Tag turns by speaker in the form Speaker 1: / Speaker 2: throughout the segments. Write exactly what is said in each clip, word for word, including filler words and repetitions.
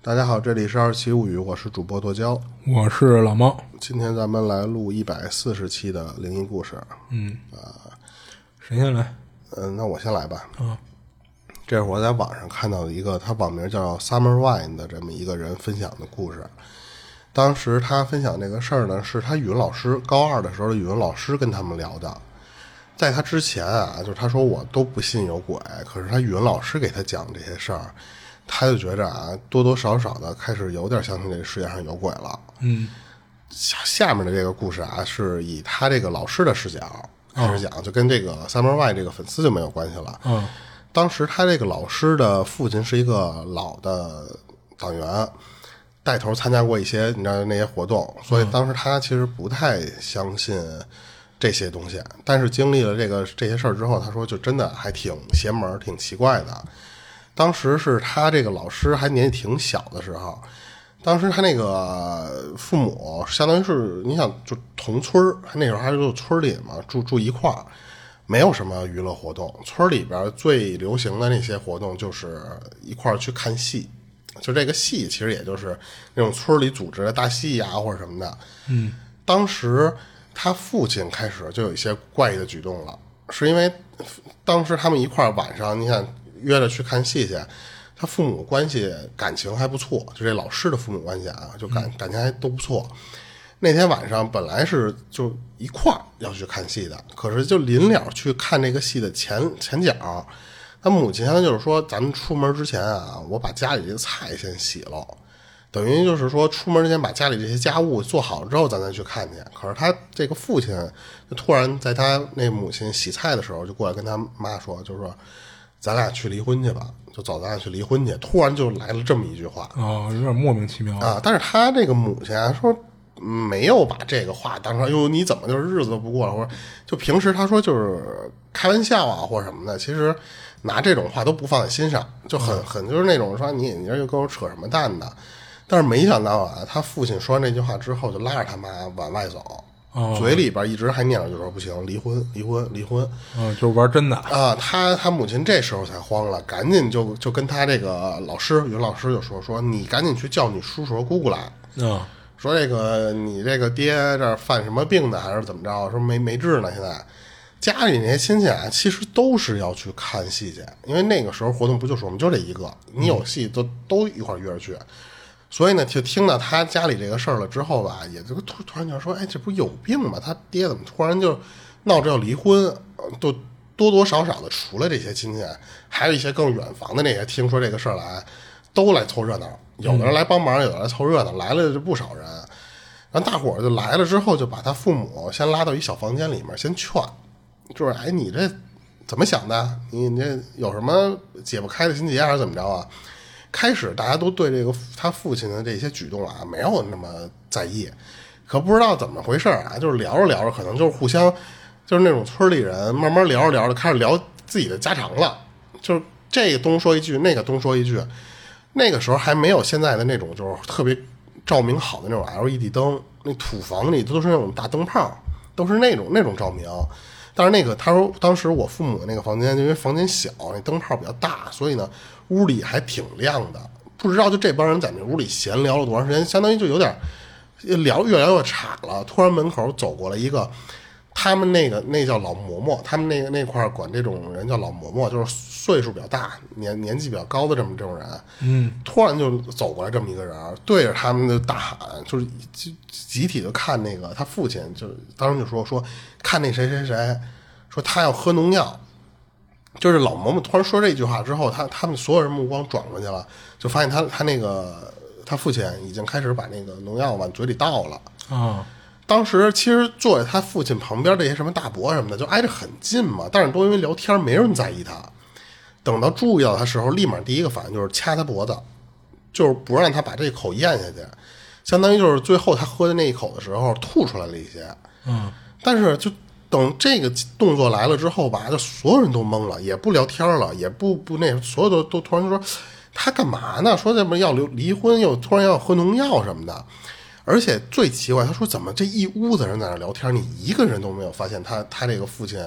Speaker 1: 大家好，这里是二七物语，我是主播剁椒，
Speaker 2: 我是老猫。
Speaker 1: 今天咱们来录一百四十期的灵异故事。
Speaker 2: 嗯啊、呃，谁先来？
Speaker 1: 嗯、呃，那我先来吧。
Speaker 2: 啊，
Speaker 1: 这是我在网上看到的一个，他网名叫 Summer Wine 的这么一个人分享的故事。当时他分享这个事儿呢，是他语文老师高二的时候的语文老师跟他们聊的。在他之前啊，就是他说我都不信有鬼，可是他语文老师给他讲这些事儿。他就觉着啊，多多少少的开始有点相信这个世界上有鬼了。
Speaker 2: 嗯，
Speaker 1: 下下面的这个故事啊，是以他这个老师的视角开始讲，哦、就跟这个 Summer Y 这个粉丝就没有关系了。
Speaker 2: 嗯、哦，
Speaker 1: 当时他这个老师的父亲是一个老的党员，带头参加过一些你知道那些活动，所以当时他其实不太相信这些东西。但是经历了这个这些事儿之后，他说就真的还挺邪门，挺奇怪的。当时是他这个老师还年纪挺小的时候，当时他那个父母相当于是你想就同村儿，那时候还是就村里嘛，住住一块儿，没有什么娱乐活动。村里边最流行的那些活动就是一块儿去看戏，就这个戏其实也就是那种村里组织的大戏呀、啊、或者什么的。
Speaker 2: 嗯，
Speaker 1: 当时他父亲开始就有一些怪异的举动了，是因为当时他们一块儿晚上，你看。约着去看戏去，他父母关系感情还不错，就这老师的父母关系啊，就感感情还都不错。那天晚上本来是就一块儿要去看戏的，可是就临了去看这个戏的前前脚，他母亲他就是说，咱们出门之前啊，我把家里这菜先洗了，等于就是说出门之前把家里这些家务做好之后，咱再去看去。可是他这个父亲就突然在他那母亲洗菜的时候，就过来跟他妈说，就是说。咱俩去离婚去吧，就走，咱俩去离婚去。突然就来了这么一句话，
Speaker 2: 哦，有点莫名其妙
Speaker 1: 啊！但是他这个母亲啊说没有把这个话当成，哟，你怎么就是日子都不过了，或者就平时他说就是开玩笑啊，或者什么的，其实拿这种话都不放在心上，就很很就是那种说你你这又跟我扯什么淡的。但是没想到啊，他父亲说完这句话之后，就拉着他妈往外走。
Speaker 2: 哦、
Speaker 1: 嘴里边一直还念叨，就说不行，离婚，离婚，离婚。
Speaker 2: 嗯，就是玩真的
Speaker 1: 啊！他他母亲这时候才慌了，赶紧就就跟他这个老师，语文老师就说说你赶紧去叫你叔叔和姑姑来。
Speaker 2: 嗯，
Speaker 1: 说这个你这个爹这儿犯什么病呢，还是怎么着？说没没治呢。现在家里那些亲戚啊，其实都是要去看戏去，因为那个时候活动不就是我们就这一个，你有戏都、嗯、都一块约着去。所以呢，就听到他家里这个事儿了之后吧，也就突突然就说，哎，这不有病吗？他爹怎么突然就闹着要离婚？都多多少少的，除了这些亲戚，还有一些更远房的那些，听说这个事儿来，都来凑热闹。有的人来帮忙，有的人来凑热闹，来了就不少人。然后大伙儿就来了之后，就把他父母先拉到一小房间里面，先劝，就是哎，你这怎么想的？你你这有什么解不开的心结还是怎么着啊？开始大家都对这个他父亲的这些举动啊没有那么在意，可不知道怎么回事啊，就是聊着聊着，可能就是互相就是那种村里人慢慢聊着聊着开始聊自己的家常了，就是这个东说一句，那个东说一句。那个时候还没有现在的那种就是特别照明好的那种 L E D 灯，那土房里都是那种大灯泡，都是那种那种照明。但是那个他说当时我父母那个房间因为房间小，那灯泡比较大，所以呢屋里还挺亮的。不知道就这帮人在那屋里闲聊了多长时间，相当于就有点聊越聊越岔了。突然门口走过来一个，他们那个那叫老嬷嬷，他们那个那块管这种人叫老嬷嬷，就是岁数比较大、年年纪比较高的这么这种人。
Speaker 2: 嗯，
Speaker 1: 突然就走过来这么一个人，对着他们就大喊，就是集体就看那个他父亲，就当时就说说看那谁谁谁，说他要喝农药。就是老嬷嬷突然说这句话之后，他他们所有人目光转过去了，就发现他他那个他父亲已经开始把那个农药往嘴里倒了
Speaker 2: 啊。哦，
Speaker 1: 当时其实坐在他父亲旁边这些什么大伯什么的就挨着很近嘛，但是都因为聊天没人在意他。等到注意到他时候，立马第一个反应就是掐他脖子，就是不让他把这口咽下去，相当于就是最后他喝的那一口的时候吐出来了一些。
Speaker 2: 嗯，
Speaker 1: 但是就等这个动作来了之后吧，就所有人都懵了，也不聊天了，也不不那，所有都都突然就说他干嘛呢？说这不要离婚，又突然要喝农药什么的。而且最奇怪，他说怎么这一屋子人在那聊天，你一个人都没有发现他他这个父亲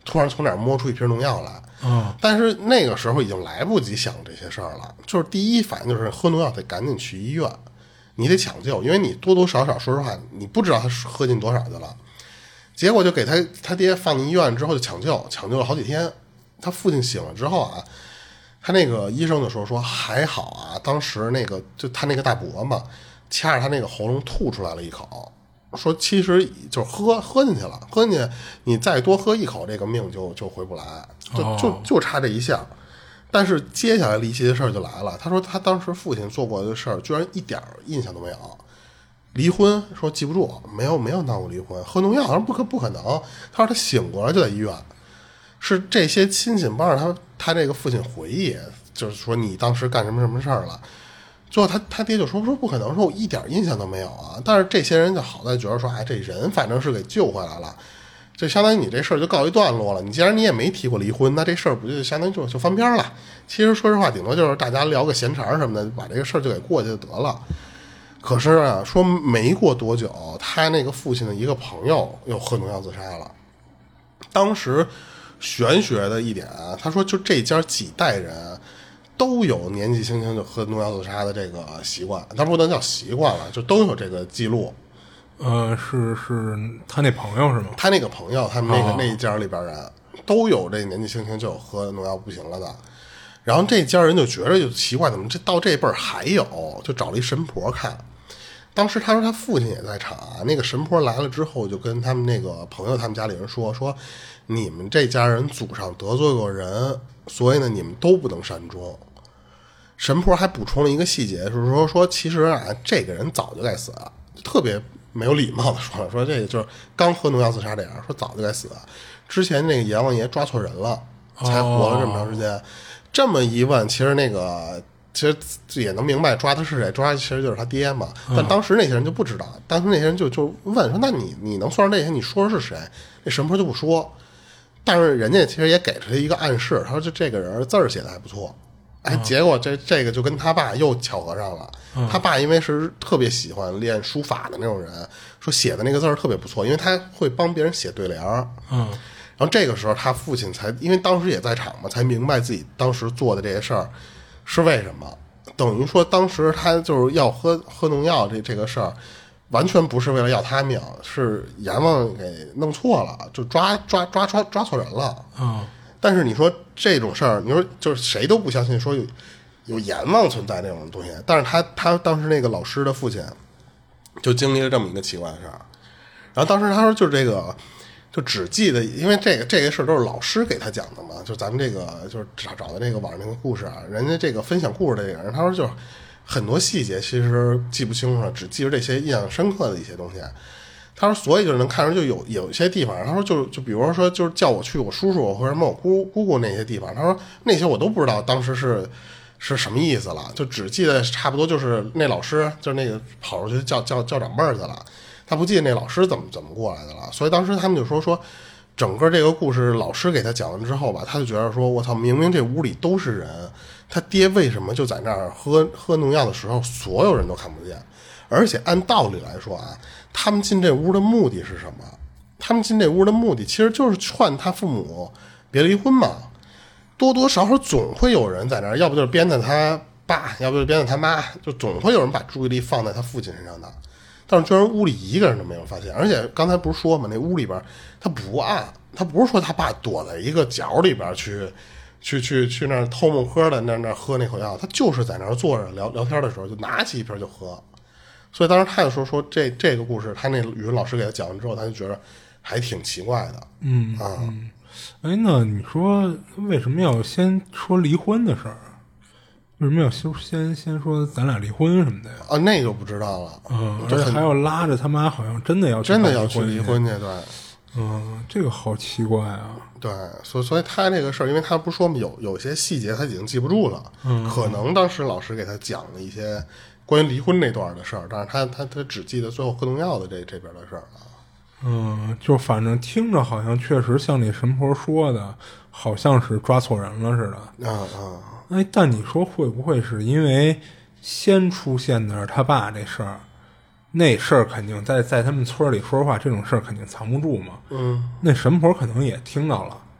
Speaker 1: 突然从哪儿摸出一瓶农药来。
Speaker 2: 嗯，
Speaker 1: 但是那个时候已经来不及想这些事儿了，就是第一反应就是喝农药得赶紧去医院，你得抢救，因为你多多少少说实话你不知道他喝进多少去了。结果就给他他爹放进医院之后就抢救，抢救了好几天。他父亲醒了之后啊，他那个医生就说说还好啊，当时那个就他那个大伯嘛，掐着他那个喉咙吐出来了一口，说其实就是喝喝进去了，喝进去你再多喝一口，这个命就就回不来，就就就差这一下。但是接下来离奇的事儿就来了，他说他当时父亲做过的事儿居然一点印象都没有。离婚说记不住，没有没有闹过离婚，喝农药好像不可不可能。他说他醒过来就在医院，是这些亲戚帮着他他这个父亲回忆，就是说你当时干什么什么事儿了。最后他他爹就说说不可能，说我一点印象都没有啊。但是这些人就好在觉得说，哎，这人反正是给救回来了，就相当于你这事儿就告一段落了。你既然你也没提过离婚，那这事儿不就相当于就就翻篇了？其实说实话，顶多就是大家聊个闲茬什么的，把这个事儿就给过去就得了。可是啊，说没过多久，他那个父亲的一个朋友又喝农药自杀了。当时玄学的一点啊，他说就这家几代人都有年纪轻轻就喝农药自杀的这个习惯，他不能叫习惯了，就都有这个记录。
Speaker 2: 呃，是是他那朋友是吗？
Speaker 1: 他那个朋友，他们那个、
Speaker 2: 哦、
Speaker 1: 那一家里边人都有这年纪轻轻就有喝农药不行了的。然后这家人就觉得就奇怪，怎么这到这辈儿还有？就找了一神婆看。当时他说他父亲也在场啊，那个神婆来了之后，就跟他们那个朋友他们家里人说说，你们这家人祖上得罪过人，所以呢你们都不能善终。神婆还补充了一个细节，就是说说其实啊这个人早就该死，特别没有礼貌的说了，说这个就是刚喝农药自杀这样，说早就该死。之前那个阎王爷抓错人了，才活了这么长时间。哦、这么一问，其实那个。其实也能明白抓的是谁，抓的其实就是他爹嘛。但当时那些人就不知道，当时那些人就就问说：“那你你能算上这些？你说是谁？”那神婆就不说。但是人家其实也给出了一个暗示，他说：“就这个人字儿写的还不错。”哎，结果这这个就跟他爸又巧合上了。他爸因为是特别喜欢练书法的那种人，说写的那个字儿特别不错，因为他会帮别人写对联儿。
Speaker 2: 嗯。
Speaker 1: 然后这个时候他父亲才，因为当时也在场嘛，才明白自己当时做的这些事儿。是为什么？等于说当时他就是要喝喝农药这这个事儿，完全不是为了要他命，是阎王给弄错了，就抓抓抓抓抓错人了。
Speaker 2: 嗯。
Speaker 1: 但是你说这种事儿，你说就是谁都不相信说有有阎王存在这种东西。但是他他当时那个老师的父亲就经历了这么一个奇怪的事儿，然后当时他说就是这个。就只记得，因为这个这个事儿都是老师给他讲的嘛，就咱们这个就是找找的这个网上那个故事啊，人家这个分享故事的这个人，他说就是很多细节其实记不清楚了，只记着这些印象深刻的一些东西。他说，所以就能看出就有有一些地方，他说就就比如说就是叫我去我叔叔或者什么我姑姑姑那些地方，他说那些我都不知道当时是是什么意思了，就只记得差不多就是那老师就是那个跑出去叫叫叫长辈儿去了。他不记得那老师怎么怎么过来的了，所以当时他们就说说，整个这个故事老师给他讲完之后吧，他就觉得说，我操，明明这屋里都是人，他爹为什么就在那儿喝喝农药的时候，所有人都看不见？而且按道理来说啊，他们进这屋的目的是什么？他们进这屋的目的其实就是劝他父母别离婚嘛，多多少少总会有人在那儿，要不就是编的他爸，要不就是编的他妈，就总会有人把注意力放在他父亲身上的。但是居然屋里一个人都没有发现，而且刚才不是说嘛，那屋里边他不暗，他不是说他爸躲在一个角里边去去去去那儿偷摸喝的那那喝那口药，他就是在那儿坐着聊聊天的时候就拿起一瓶就喝。所以当时他就说说这这个故事，他那语文老师给他讲完之后，他就觉得还挺奇怪的。
Speaker 2: 嗯
Speaker 1: 啊，
Speaker 2: 嗯，哎，那你说为什么要先说离婚的事儿？为什么要先先先说咱俩离婚什么的呀？
Speaker 1: 啊，那就不知道了。
Speaker 2: 嗯，而且还要拉着他妈，好像真的要
Speaker 1: 真的要去离婚去，对。
Speaker 2: 嗯，这个好奇怪啊。
Speaker 1: 对，所以所以他这个事儿，因为他不是说有有些细节他已经记不住了，
Speaker 2: 嗯，
Speaker 1: 可能当时老师给他讲了一些关于离婚那段的事儿，但是他他他只记得最后喝农药的这这边的事儿啊。
Speaker 2: 嗯，就反正听着好像确实像那神婆说的，好像是抓错人了似的。
Speaker 1: 嗯嗯。
Speaker 2: 哎，但你说会不会是因为先出现的是他爸这事儿，那事儿肯定在在他们村里说实话，这种事儿肯定藏不住嘛。
Speaker 1: 嗯，
Speaker 2: 那神婆可能也听到了，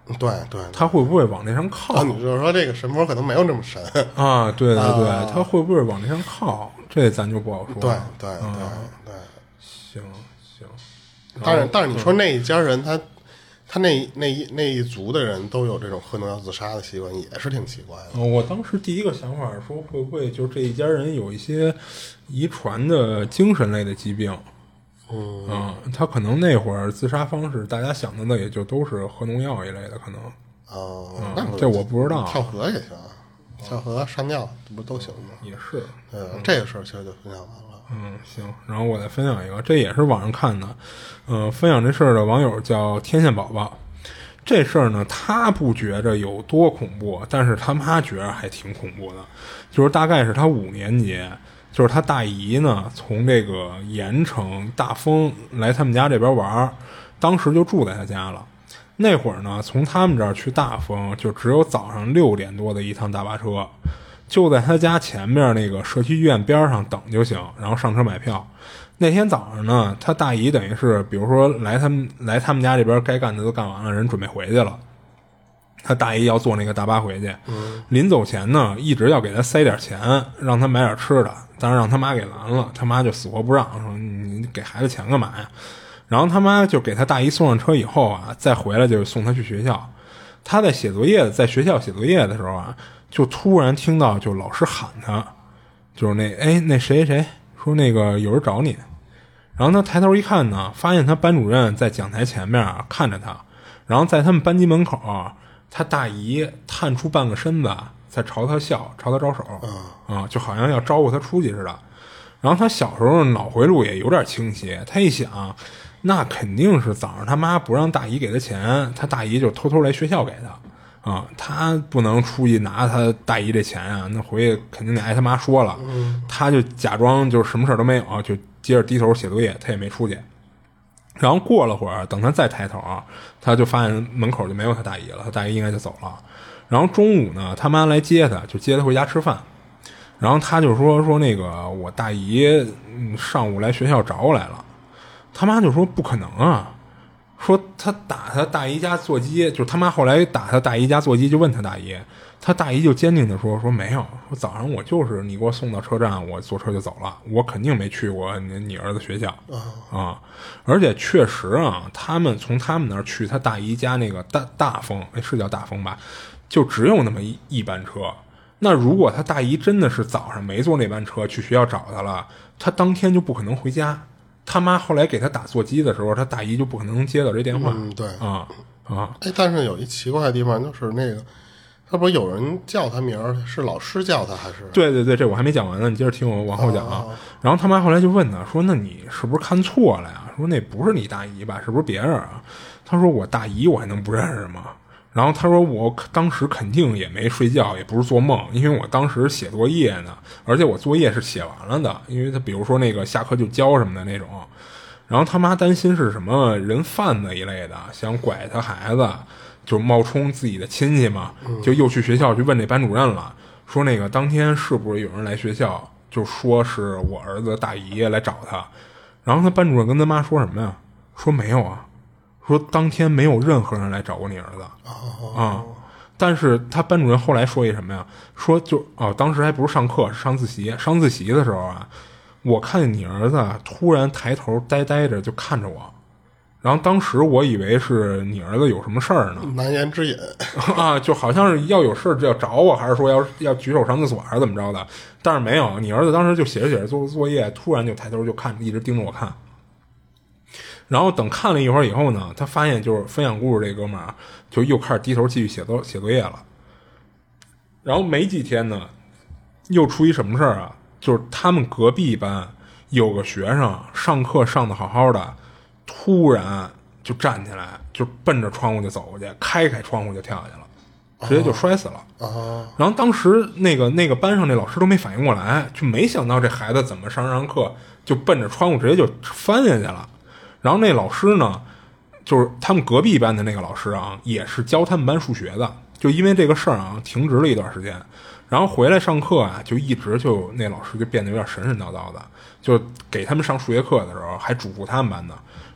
Speaker 1: 对对，
Speaker 2: 他会不会往那上靠？
Speaker 1: 啊，你就是说这个神佛可能没有这么神
Speaker 2: 啊？对对对，
Speaker 1: 啊、
Speaker 2: 他会不会往那上靠？这咱就不好说。
Speaker 1: 对对对、
Speaker 2: 嗯、
Speaker 1: 对，
Speaker 2: 行行。
Speaker 1: 但是但是你说那一家人他。他那那一那一族的人都有这种喝农药自杀的习惯，也是挺奇怪的。
Speaker 2: 嗯、我当时第一个想法说，会不会就这一家人有一些遗传的精神类的疾病？
Speaker 1: 嗯，
Speaker 2: 嗯，他可能那会儿自杀方式，大家想到的也就都是喝农药一类的，可能。
Speaker 1: 哦、
Speaker 2: 嗯，
Speaker 1: 那
Speaker 2: 这我不知道。
Speaker 1: 跳河也行，跳河上吊这不都行吗？
Speaker 2: 也是。
Speaker 1: 对、嗯，这个事儿其实就分享完了。
Speaker 2: 嗯，行，然后我再分享一个，这也是网上看的，嗯、呃，分享这事儿的网友叫天线宝宝。这事儿呢，他不觉着有多恐怖，但是他妈觉着还挺恐怖的。就是大概是他五年级，就是他大姨呢从这个盐城大丰来他们家这边玩，当时就住在他家了。那会儿呢，从他们这儿去大丰就只有早上六点多的一趟大巴车。就在他家前面那个社区医院边上等就行，然后上车买票。那天早上呢，他大姨等于是，比如说来他们来他们家这边该干的都干完了，人准备回去了。他大姨要坐那个大巴回去，
Speaker 1: 嗯、
Speaker 2: 临走前呢，一直要给他塞点钱，让他买点吃的，但是让他妈给拦了。他妈就死活不让，说你给孩子钱干嘛呀？然后他妈就给他大姨送上车以后啊，再回来就送他去学校。他在写作业，在学校写作业的时候啊。就突然听到，就老师喊他，就是那哎那谁谁说那个有人找你，然后他抬头一看呢，发现他班主任在讲台前面看着他，然后在他们班级门口，他大姨探出半个身子在朝他笑，朝他招手，啊，就好像要招呼他出去似的。然后他小时候脑回路也有点清晰，他一想，那肯定是早上他妈不让大姨给他钱，他大姨就偷偷来学校给他。啊，他不能出去拿他大姨这钱啊，那回去肯定得挨他妈说了。
Speaker 1: 嗯、
Speaker 2: 他就假装就是什么事都没有，就接着低头写作业，他也没出去。然后过了会儿，等他再抬头，他就发现门口就没有他大姨了，他大姨应该就走了。然后中午呢，他妈来接他，就接他回家吃饭。然后他就说说那个我大姨嗯上午来学校找我来了。他妈就说不可能啊。说他打他大姨家座机，就是他妈后来打他大姨家座机，就问他大姨，他大姨就坚定的说说没有，说早上我就是你给我送到车站，我坐车就走了，我肯定没去过你你儿子学校啊。而且确实啊，他们从他们那儿去他大姨家那个大大丰，哎是叫大丰吧，就只有那么一一班车。那如果他大姨真的是早上没坐那班车去学校找他了，他当天就不可能回家。他妈后来给他打座机的时候，他大姨就不可能接到这电话。
Speaker 1: 嗯，对
Speaker 2: 啊啊！
Speaker 1: 哎，但是有一奇怪的地方，就是那个他不是有人叫他名儿，是老师叫他还是？
Speaker 2: 对对对，这我还没讲完呢，你接着听我往后讲啊。哦、然后他妈后来就问他说：“那你是不是看错了呀？说那不是你大姨吧？是不是别人啊？”他说：“我大姨我还能不认识吗？”然后他说我当时肯定也没睡觉，也不是做梦，因为我当时写作业呢，而且我作业是写完了的，因为他比如说那个下课就交什么的那种。然后他妈担心是什么人贩子一类的，想拐他孩子，就冒充自己的亲戚嘛，就又去学校去问这班主任了，说那个当天是不是有人来学校，就说是我儿子大姨来找他。然后他班主任跟他妈说什么呀？说没有啊。说当天没有任何人来找过你儿子啊、
Speaker 1: 哦
Speaker 2: 嗯，但是他班主任后来说一什么呀？说就哦，当时还不是上课，是上自习。上自习的时候啊，我看见你儿子突然抬头呆呆着就看着我，然后当时我以为是你儿子有什么事儿呢，
Speaker 1: 难言之隐
Speaker 2: 啊，就好像是要有事就要找我，还是说要要举手上厕所还是怎么着的？但是没有，你儿子当时就写着写着做作业，突然就抬头就看，一直盯着我看。然后等看了一会儿以后呢，他发现就是分享故事这哥们儿就又开始低头继续写作写作业了。然后没几天呢，又出一什么事儿啊？就是他们隔壁班有个学生上课上的好好的，突然就站起来，就奔着窗户就走过去，开开窗户就跳下去了，直接就摔死了。
Speaker 1: 哦、
Speaker 2: 然后当时那个那个班上那老师都没反应过来，就没想到这孩子怎么上上课就奔着窗户直接就翻下去了。然后那老师呢，就是他们隔壁班的那个老师啊，也是教他们班数学的，就因为这个事儿啊停职了一段时间，然后回来上课啊，就一直就那老师就变得有点神神叨叨的，就给他们上数学课的时候还嘱咐他们班的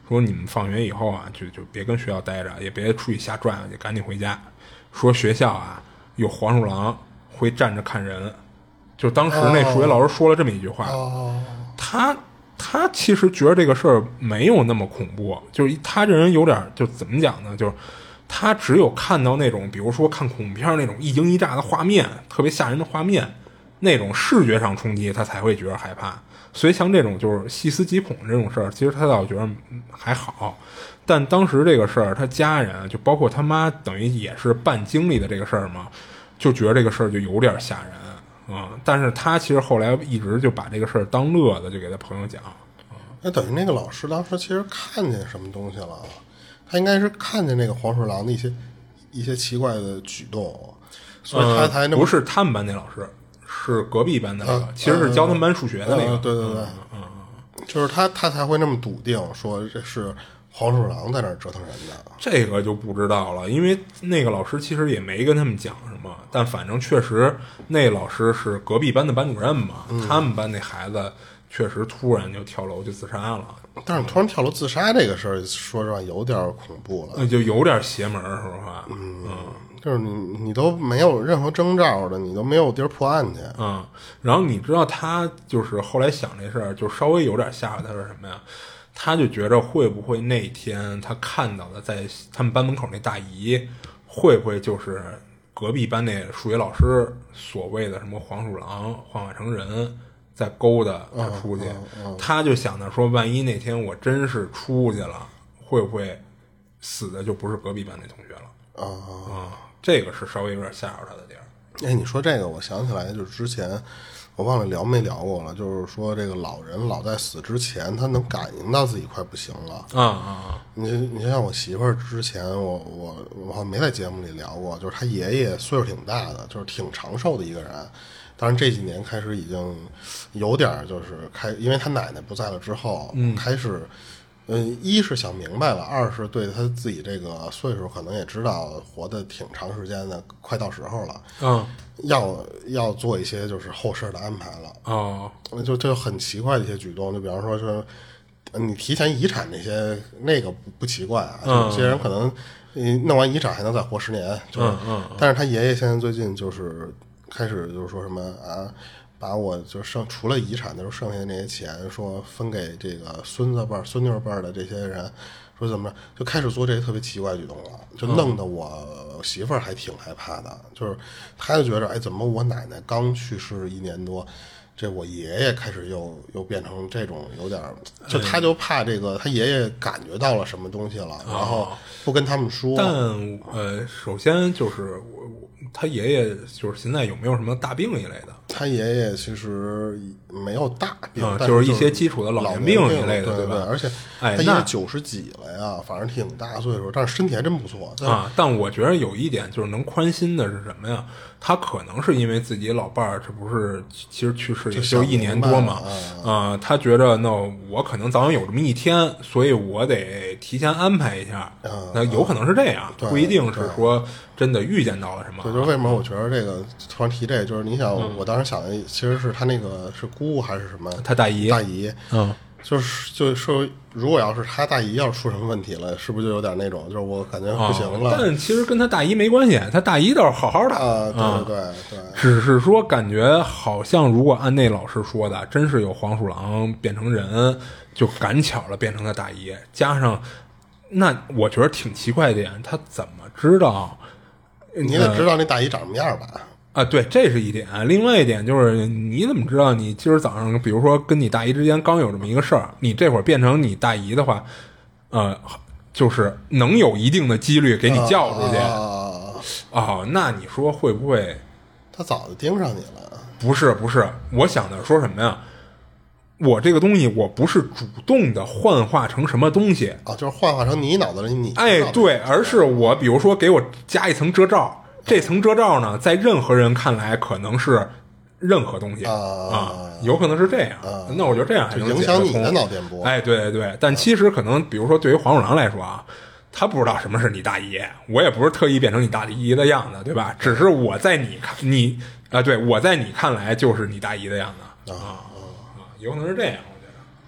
Speaker 2: 说你们放学以后啊，就就别跟学校待着，也别出去瞎转，就赶紧回家。说学校啊有黄鼠狼会站着看人，就当时那数学老师说了这么一句话。
Speaker 1: 哦，
Speaker 2: 他他其实觉得这个事儿没有那么恐怖，就是他这人有点就怎么讲呢，就是他只有看到那种比如说看恐怖片那种一惊一乍的画面，特别吓人的画面，那种视觉上冲击他才会觉得害怕。所以像这种就是细思极恐这种事儿，其实他倒觉得还好。但当时这个事儿，他家人就包括他妈，等于也是半经历的这个事儿嘛，就觉得这个事儿就有点吓人啊、嗯。但是他其实后来一直就把这个事儿当乐子，就给他朋友讲。
Speaker 1: 那等于那个老师当时其实看见什么东西了，他应该是看见那个黄鼠狼的一些一些奇怪的举动，所以他才那么、
Speaker 2: 呃、不是他们班那老师，是隔壁班的那个，啊、其实是教他们班数学的那个。
Speaker 1: 啊、对对对，嗯嗯嗯，就是他他才会那么笃定说这是黄鼠狼在那儿折腾人的。
Speaker 2: 这个就不知道了，因为那个老师其实也没跟他们讲什么，但反正确实那老师是隔壁班的班主任嘛，嗯、他们班那孩子确实突然就跳楼就自杀了。
Speaker 1: 但是突然跳楼自杀这个事儿，说实话有点恐怖了，
Speaker 2: 就有点邪门，说实话。
Speaker 1: 嗯，嗯就是你你都没有任何征兆的，你都没有地儿破案去。
Speaker 2: 嗯，然后你知道他就是后来想这事儿，就稍微有点吓着他是什么呀？他就觉着会不会那天他看到的在他们班门口那大姨，会不会就是隔壁班那数学老师所谓的什么黄鼠狼幻化成人在勾搭他出去？
Speaker 1: 嗯嗯嗯、他
Speaker 2: 就想着说，万一那天我真是出去了，会不会死的就不是隔壁班那同学了？
Speaker 1: 啊、嗯
Speaker 2: 嗯，这个是稍微有点吓着他的地儿。
Speaker 1: 哎，你说这个，我想起来，就是之前我忘了聊没聊过了，就是说这个老人老在死之前，他能感应到自己快不行了。
Speaker 2: 啊啊！
Speaker 1: 你你就像我媳妇儿之前，我我我好像没在节目里聊过，就是他爷爷岁数挺大的，就是挺长寿的一个人。当然这几年开始已经有点就是开，因为他奶奶不在了之后，
Speaker 2: 嗯，
Speaker 1: 开始。嗯，一是想明白了，二是对他自己这个岁数可能也知道活得挺长时间的，快到时候了，
Speaker 2: 嗯，
Speaker 1: 要要做一些就是后事的安排了。
Speaker 2: 哦，
Speaker 1: 就就很奇怪的一些举动，就比方说是你提前遗产这些，那个不不奇怪啊，
Speaker 2: 嗯、
Speaker 1: 有些人可能你弄完遗产还能再活十年，就是，
Speaker 2: 嗯嗯嗯、
Speaker 1: 但是他爷爷现在最近就是开始就是说什么啊。把我就剩除了遗产就是剩下的那些钱，说分给这个孙子辈儿、孙女辈儿的这些人，说怎么着，就开始做这些特别奇怪的举动了，就弄得我媳妇儿还挺害怕的。就是她就觉得，哎，怎么我奶奶刚去世一年多，这我爷爷开始又又变成这种有点，就他就怕这个他爷爷感觉到了什么东西了，然后不跟他们说。
Speaker 2: 但呃，首先就是我我他爷爷就是现在有没有什么大病一类的？
Speaker 1: 他爷爷其实没有大病，
Speaker 2: 嗯、
Speaker 1: 但
Speaker 2: 就是一些基础的老年病一类的，
Speaker 1: 对
Speaker 2: 吧？
Speaker 1: 而且他爷爷九十几了呀，反正挺大岁数，但是身体还真不错
Speaker 2: 啊。但我觉得有一点就是能宽心的是什么呀？他可能是因为自己老伴儿，这不是其实去世也就一年多嘛，啊、呃，他觉着那我可能早晚有这么一天，所以我得提前安排一下。
Speaker 1: 嗯、
Speaker 2: 那有可能是这样，不一定是说真的预见到了什么。
Speaker 1: 对，就是为什么我觉得这个突然提这个，就是你想，嗯、我当时想的其实是他那个是姑还是什么？
Speaker 2: 他大姨，
Speaker 1: 大姨，
Speaker 2: 嗯。
Speaker 1: 就是就是说，如果要是他大姨要是出什么问题了，是不是就有点那种，就是我感觉不行了？
Speaker 2: 哦、但其实跟他大姨没关系，他大姨倒是好好的
Speaker 1: 啊，对对对，
Speaker 2: 只是说感觉好像如果按那老师说的，真是有黄鼠狼变成人，就赶巧了变成他大姨，加上那我觉得挺奇怪的点，他怎么知道？
Speaker 1: 你得知道那大姨长什么样吧？
Speaker 2: 啊，对，这是一点。另外一点就是，你怎么知道你今儿早上，比如说跟你大姨之间刚有这么一个事儿，你这会儿变成你大姨的话，呃，就是能有一定的几率给你叫出去。
Speaker 1: 啊、
Speaker 2: 哦，那你说会不会？
Speaker 1: 他早就盯上你了？
Speaker 2: 不是，不是，我想的说什么呀？我这个东西，我不是主动的幻化成什么东西
Speaker 1: 啊，就是幻化成你脑子里你
Speaker 2: 哎，对，而是我比如说给我加一层遮罩。这层遮罩呢，在任何人看来可能是任何东西
Speaker 1: 啊,
Speaker 2: 啊，有可能是这样。
Speaker 1: 啊、
Speaker 2: 那我觉得这样还能
Speaker 1: 影响你的脑电波。
Speaker 2: 哎，对对对，但其实可能，比如说对于黄鼠狼来说啊，他不知道什么是你大姨，我也不是特意变成你大姨的样子，对吧？只是我在你看你啊，对我在你看来就是你大姨的样子啊啊啊，有可能是这样，我觉得。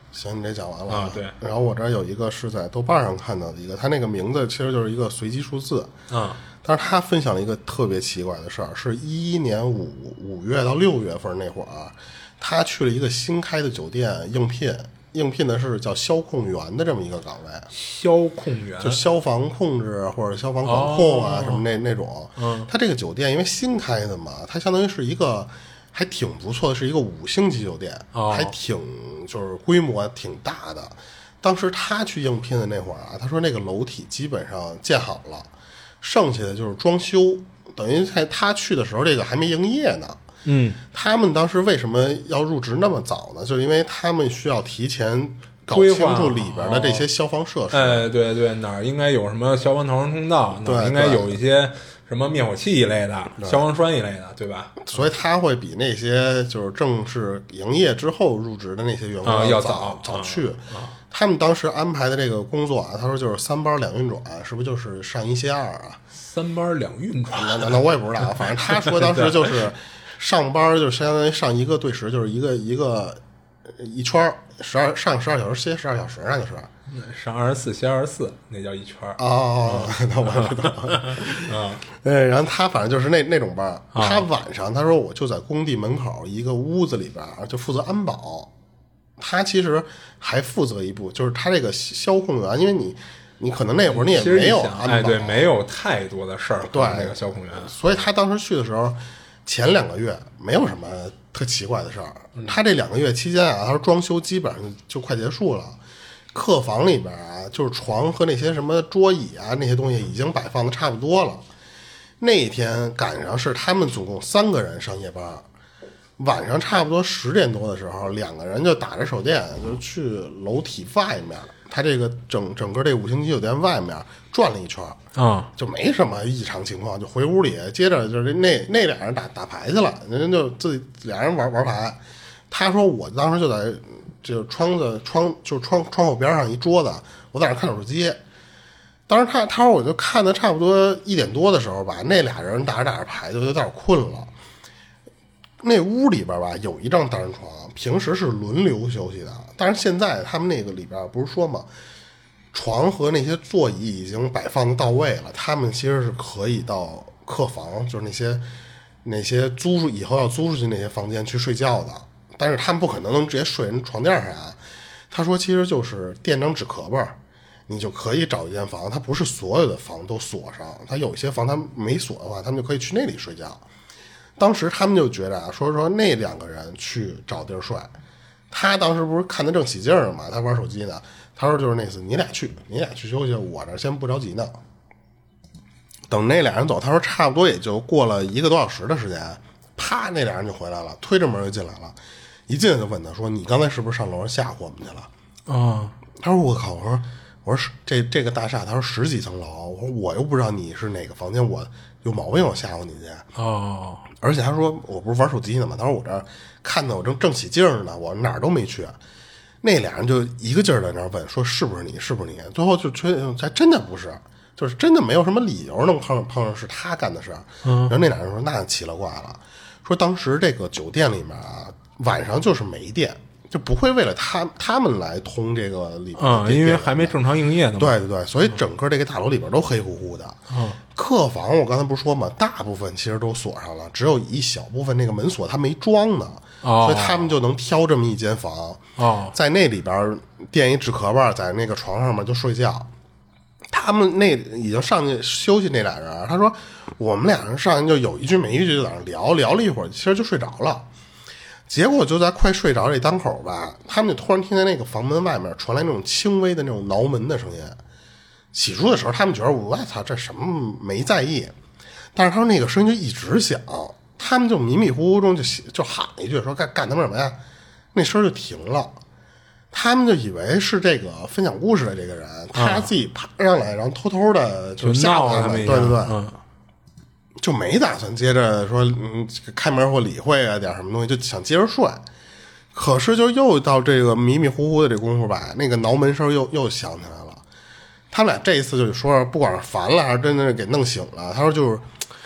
Speaker 1: 行，你这讲完了
Speaker 2: 啊，对。
Speaker 1: 然后我这儿有一个是在豆瓣上看到的一个，他那个名字其实就是一个随机数字
Speaker 2: 啊，
Speaker 1: 但是他分享了一个特别奇怪的事儿，是一一年五五月到六月份那会儿啊，他去了一个新开的酒店应聘，应聘的是叫消控员的这么一个岗位。
Speaker 2: 消控员
Speaker 1: 就消防控制或者消防管控啊、哦、什么那那种。
Speaker 2: 嗯，
Speaker 1: 他这个酒店因为新开的嘛，它相当于是一个还挺不错的，是一个五星级酒店，
Speaker 2: 哦、
Speaker 1: 还挺就是规模挺大的。当时他去应聘的那会儿啊，他说那个楼体基本上建好了，剩下的就是装修，等于在他去的时候这个还没营业呢。
Speaker 2: 嗯，
Speaker 1: 他们当时为什么要入职那么早呢？就是因为他们需要提前搞清楚里边的这些消防设施。
Speaker 2: 哎，对对，哪儿应该有什么消防逃生通道，哪儿应该有一些什么灭火器一类的、消防栓一类的，对吧？
Speaker 1: 所以他会比那些就是正式营业之后入职的那些员工
Speaker 2: 啊要
Speaker 1: 早
Speaker 2: 早
Speaker 1: 去。
Speaker 2: 啊，
Speaker 1: 他们当时安排的这个工作啊，他说就是三班两运转，是不是就是上一歇二啊？
Speaker 2: 三班两运转，
Speaker 1: 那那我也不知道，反正他说当时就是上班就相当于上一个对时，就是一个一个一圈十二上十二小时歇十二小时，那就是
Speaker 2: 上二十四歇二十四，那叫一圈
Speaker 1: 哦，那我知道啊。对，然后他反正就是那那种班，他晚上他说我就在工地门口一个屋子里边就负责安保。他其实还负责一步，就是他这个消控员，因为你你可能那会儿你也没有安保，
Speaker 2: 哎，对，没有太多的事儿，
Speaker 1: 对
Speaker 2: 那个消控员，
Speaker 1: 所以他当时去的时候，前两个月没有什么特奇怪的事儿。他这两个月期间啊，他说装修基本上就快结束了，客房里边啊，就是床和那些什么桌椅啊那些东西已经摆放的差不多了。那一天赶上是他们总共三个人上夜班。晚上差不多十点多的时候，两个人就打着手电，就去楼体外面，他这个整整个这五星级酒店外面转了一圈
Speaker 2: 啊，
Speaker 1: 就没什么异常情况，就回屋里，接着就是那那俩人打打牌去了，人就自己俩人玩玩牌。他说我当时就在就窗子窗就窗窗户边上一桌子，我在那看手机。当时他他说我就看的差不多一点多的时候吧，那俩人打着打着牌就有点困了。那屋里边吧有一张单人床，平时是轮流休息的，但是现在他们那个里边不是说嘛，床和那些座椅已经摆放的到位了，他们其实是可以到客房，就是那些那些租出以后要租出去那些房间去睡觉的，但是他们不可能能直接睡人床垫上啊。他说其实就是垫张纸壳儿，你就可以找一间房，他不是所有的房都锁上，他有一些房他没锁的话，他们就可以去那里睡觉。当时他们就觉得啊，说说那两个人去找地儿睡，他当时不是看得正起劲儿嘛，他玩手机呢。他说就是那次你俩去，你俩去休息，我这先不着急呢。等那俩人走，他说差不多也就过了一个多小时的时间，啪，那俩人就回来了，推着门就进来了。一进来就问他说：“你刚才是不是上楼上吓唬我们去了？”
Speaker 2: 啊、哦，
Speaker 1: 他说：“我靠！”我说：“我说这这个大厦，他说十几层楼，我说我又不知道你是哪个房间，我有毛病，我吓唬你去。”
Speaker 2: 哦。
Speaker 1: 而且他说我不是玩手机呢吗？他说我这看的我正正起劲儿呢，我哪儿都没去。那俩人就一个劲儿在那儿问说是不是你是不是你？最后就确定还真的不是，就是真的没有什么理由能碰上碰上是他干的事。嗯，然后那俩人说那奇了怪了，说当时这个酒店里面啊晚上就是没电，就不会为了他他们来通这个里边
Speaker 2: 啊、嗯，因为还没正常营业呢嘛。
Speaker 1: 对对对，所以整个这个大楼里边都黑乎乎的。
Speaker 2: 嗯，
Speaker 1: 客房我刚才不是说嘛，大部分其实都锁上了，只有一小部分那个门锁它没装呢。哦，所以他们就能挑这么一间房。
Speaker 2: 哦，
Speaker 1: 在那里边垫一纸壳吧，在那个床上面就睡觉。他们那已经上去休息那俩人，他说我们俩人上去就有一句没一句就在那聊聊了一会儿，其实就睡着了。结果就在快睡着这当口吧，他们就突然听见那个房门外面传来那种轻微的那种挠门的声音。起初的时候他们觉得我操这什么没在意，但是他说那个声音就一直响，他们就迷迷糊糊中就就喊一句说干干他们什么呀，那声就停了。他们就以为是这个分享故事的这个人他自己爬上来然后偷偷的就吓唬他们，对对对、嗯，就没打算接着说嗯开门或理会啊点什么东西，就想接着睡。可是就又到这个迷迷糊糊的这功夫吧，那个挠门声又又响起来了。他们俩这一次就说不管是烦了还是真的给弄醒了，他说就是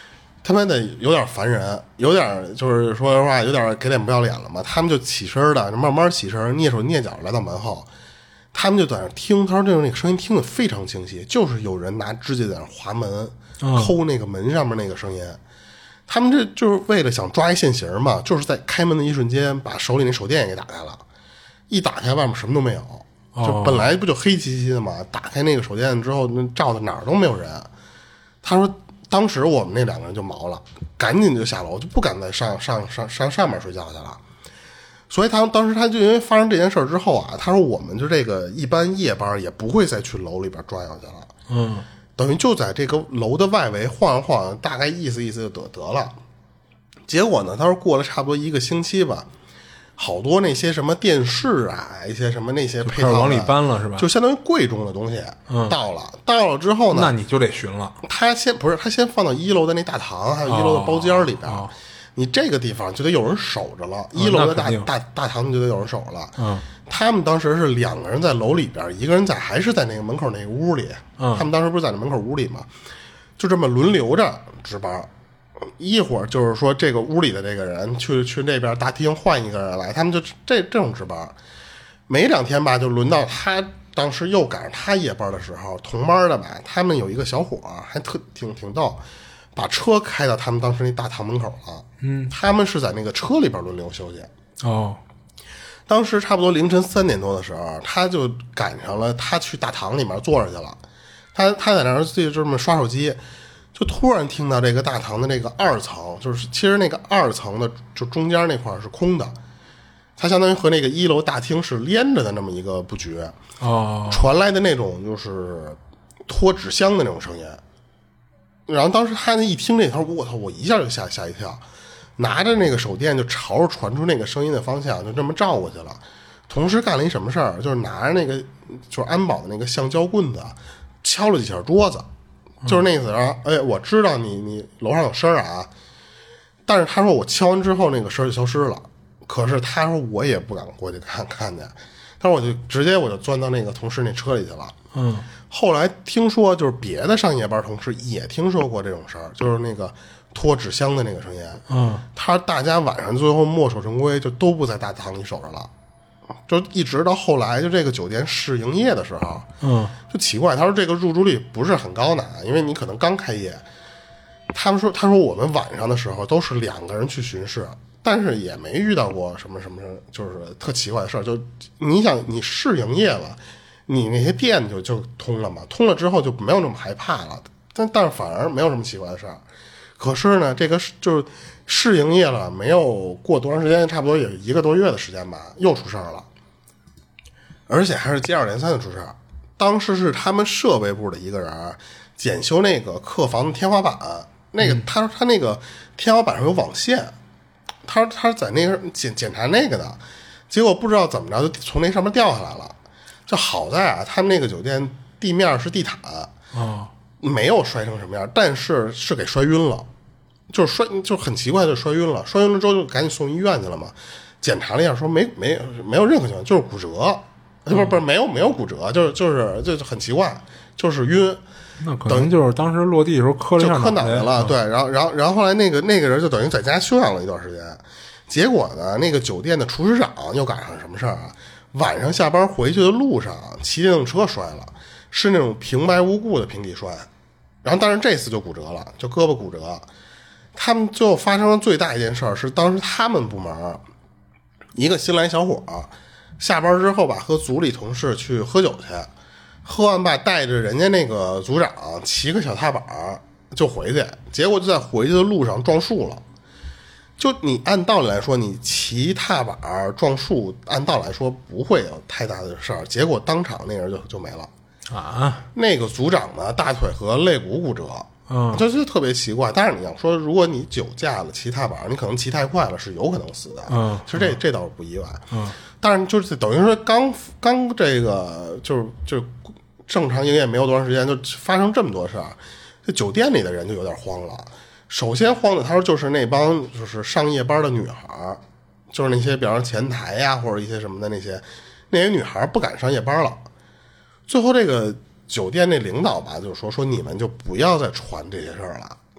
Speaker 1: 他妈的有点烦人，有点就是说实话有点给脸不要脸了嘛。他们就起身的，慢慢起身，蹑手蹑脚来到门后，他们就在那听。他说这种那个声音听得非常清晰，就是有人拿指甲在那划门，抠那个门上面那个声音。他们这就是为了想抓一现行嘛，就是在开门的一瞬间把手里那手电也给打开了，一打开外面什么都没有，就本来不就黑漆漆的嘛，打开那个手电之后那照的哪儿都没有人。他说当时我们那两个人就毛了，赶紧就下楼，就不敢再上上上上上面睡觉去了。所以他当时他就因为发生这件事之后啊，他说我们就这个一般夜班也不会再去楼里边转悠去了，
Speaker 2: 嗯，
Speaker 1: 等于就在这个楼的外围晃一晃，大概意思意思就得得了。结果呢，他说过了差不多一个星期吧，好多那些什么电视啊，一些什么那些配套
Speaker 2: 往里搬了是吧？
Speaker 1: 就相当于贵重的东西，嗯，到了到了之后呢，
Speaker 2: 那你就得巡了。
Speaker 1: 他先不是他先放到一楼的那大堂，还有一楼的包间里边。
Speaker 2: 哦哦
Speaker 1: 你这个地方就得有人守着了，一楼的大大大堂就得有人守着了。嗯，他们当时是两个人在楼里边，一个人在还是在那个门口那个屋里。嗯，他们当时不是在那门口屋里吗？就这么轮流着值班，一会儿就是说这个屋里的这个人去去那边大厅换一个人来，他们就这这种值班。没两天吧，就轮到他，当时又赶上他夜班的时候，同班的吧，他们有一个小伙还特挺挺逗。把车开到他们当时那大堂门口了，嗯，他们是在那个车里边轮流休息。
Speaker 2: 哦，
Speaker 1: 当时差不多凌晨三点多的时候，他就赶上了，他去大堂里面坐着去了，他他在那儿就这么刷手机，就突然听到这个大堂的这个二层，就是其实那个二层的就中间那块是空的，它相当于和那个一楼大厅是连着的那么一个布局。
Speaker 2: 哦，
Speaker 1: 传来的那种就是拖纸箱的那种声音。然后当时他那一听这，他说我操，我一下就吓吓一跳，拿着那个手电就朝着传出那个声音的方向就这么照过去了。同时干了一什么事儿，就是拿着那个就是安保的那个橡胶棍子敲了几下桌子，就是那意思啊，哎，我知道你你楼上有声啊，但是他说我敲完之后那个声就消失了，可是他说我也不敢过去看看去，他说我就直接我就钻到那个同事那车里去了。
Speaker 2: 嗯，
Speaker 1: 后来听说就是别的上夜班同事也听说过这种事儿，就是那个拖纸箱的那个声音。
Speaker 2: 嗯，
Speaker 1: 他大家晚上最后墨守成规，就都不在大堂里守着了，就一直到后来就这个酒店试营业的时候，
Speaker 2: 嗯，
Speaker 1: 就奇怪，他说这个入住率不是很高呢，因为你可能刚开业。他们说，他说我们晚上的时候都是两个人去巡视，但是也没遇到过什么什么，就是特奇怪的事儿。就你想，你试营业了。你那些店就就通了嘛，通了之后就没有那么害怕了，但但是反而没有什么奇怪的事儿。可是呢，这个就是试营业了，没有过多长时间，差不多也一个多月的时间吧，又出事儿了，而且还是接二连三的出事儿。当时是他们设备部的一个人检修那个客房的天花板，那个他说他那个天花板上有网线，他说他在那个检检查那个的，结果不知道怎么着就从那上面掉下来了。就好在啊，他们那个酒店地面是地毯，
Speaker 2: 哦，
Speaker 1: 没有摔成什么样，但是是给摔晕了，就是摔，就很奇怪，就摔晕了。摔晕了之后就赶紧送医院去了嘛。检查了一下，说没没没有任何情况，就是骨折，不是不是没有没有骨折，就是就是就很奇怪，就是晕。
Speaker 2: 那可能就是当时落地的时候磕了一下
Speaker 1: 就磕脑袋了，
Speaker 2: 嗯、
Speaker 1: 对，然后然后然后后来那个那个人就等于在家休养了一段时间。结果呢，那个酒店的厨师长又赶上什么事儿啊？晚上下班回去的路上，骑电动车摔了，是那种平白无故的平地摔，然后但是这次就骨折了，就胳膊骨折。他们最后发生了最大一件事是，当时他们部门一个新来小伙下班之后吧，和组里同事去喝酒去，喝完吧带着人家那个组长骑个小踏板就回去，结果就在回去的路上撞树了。就你按道理来说，你骑踏板撞树，按道理来说不会有太大的事儿，结果当场那人就就没了
Speaker 2: 啊！
Speaker 1: 那个组长呢，大腿和肋骨骨折，嗯，这就特别奇怪。但是你要说，如果你酒驾了骑踏板，你可能骑太快了，是有可能死的。
Speaker 2: 嗯，
Speaker 1: 其实这这倒是不意外。嗯，但是就是等于说刚刚这个就是就正常营业没有多长时间，就发生这么多事儿，这酒店里的人就有点慌了。首先慌的，他说就是那帮就是上夜班的女孩，就是那些比方说前台呀或者一些什么的那些那些女孩不敢上夜班了。最后这个酒店那领导吧，就说说你们就不要再传这些事儿了，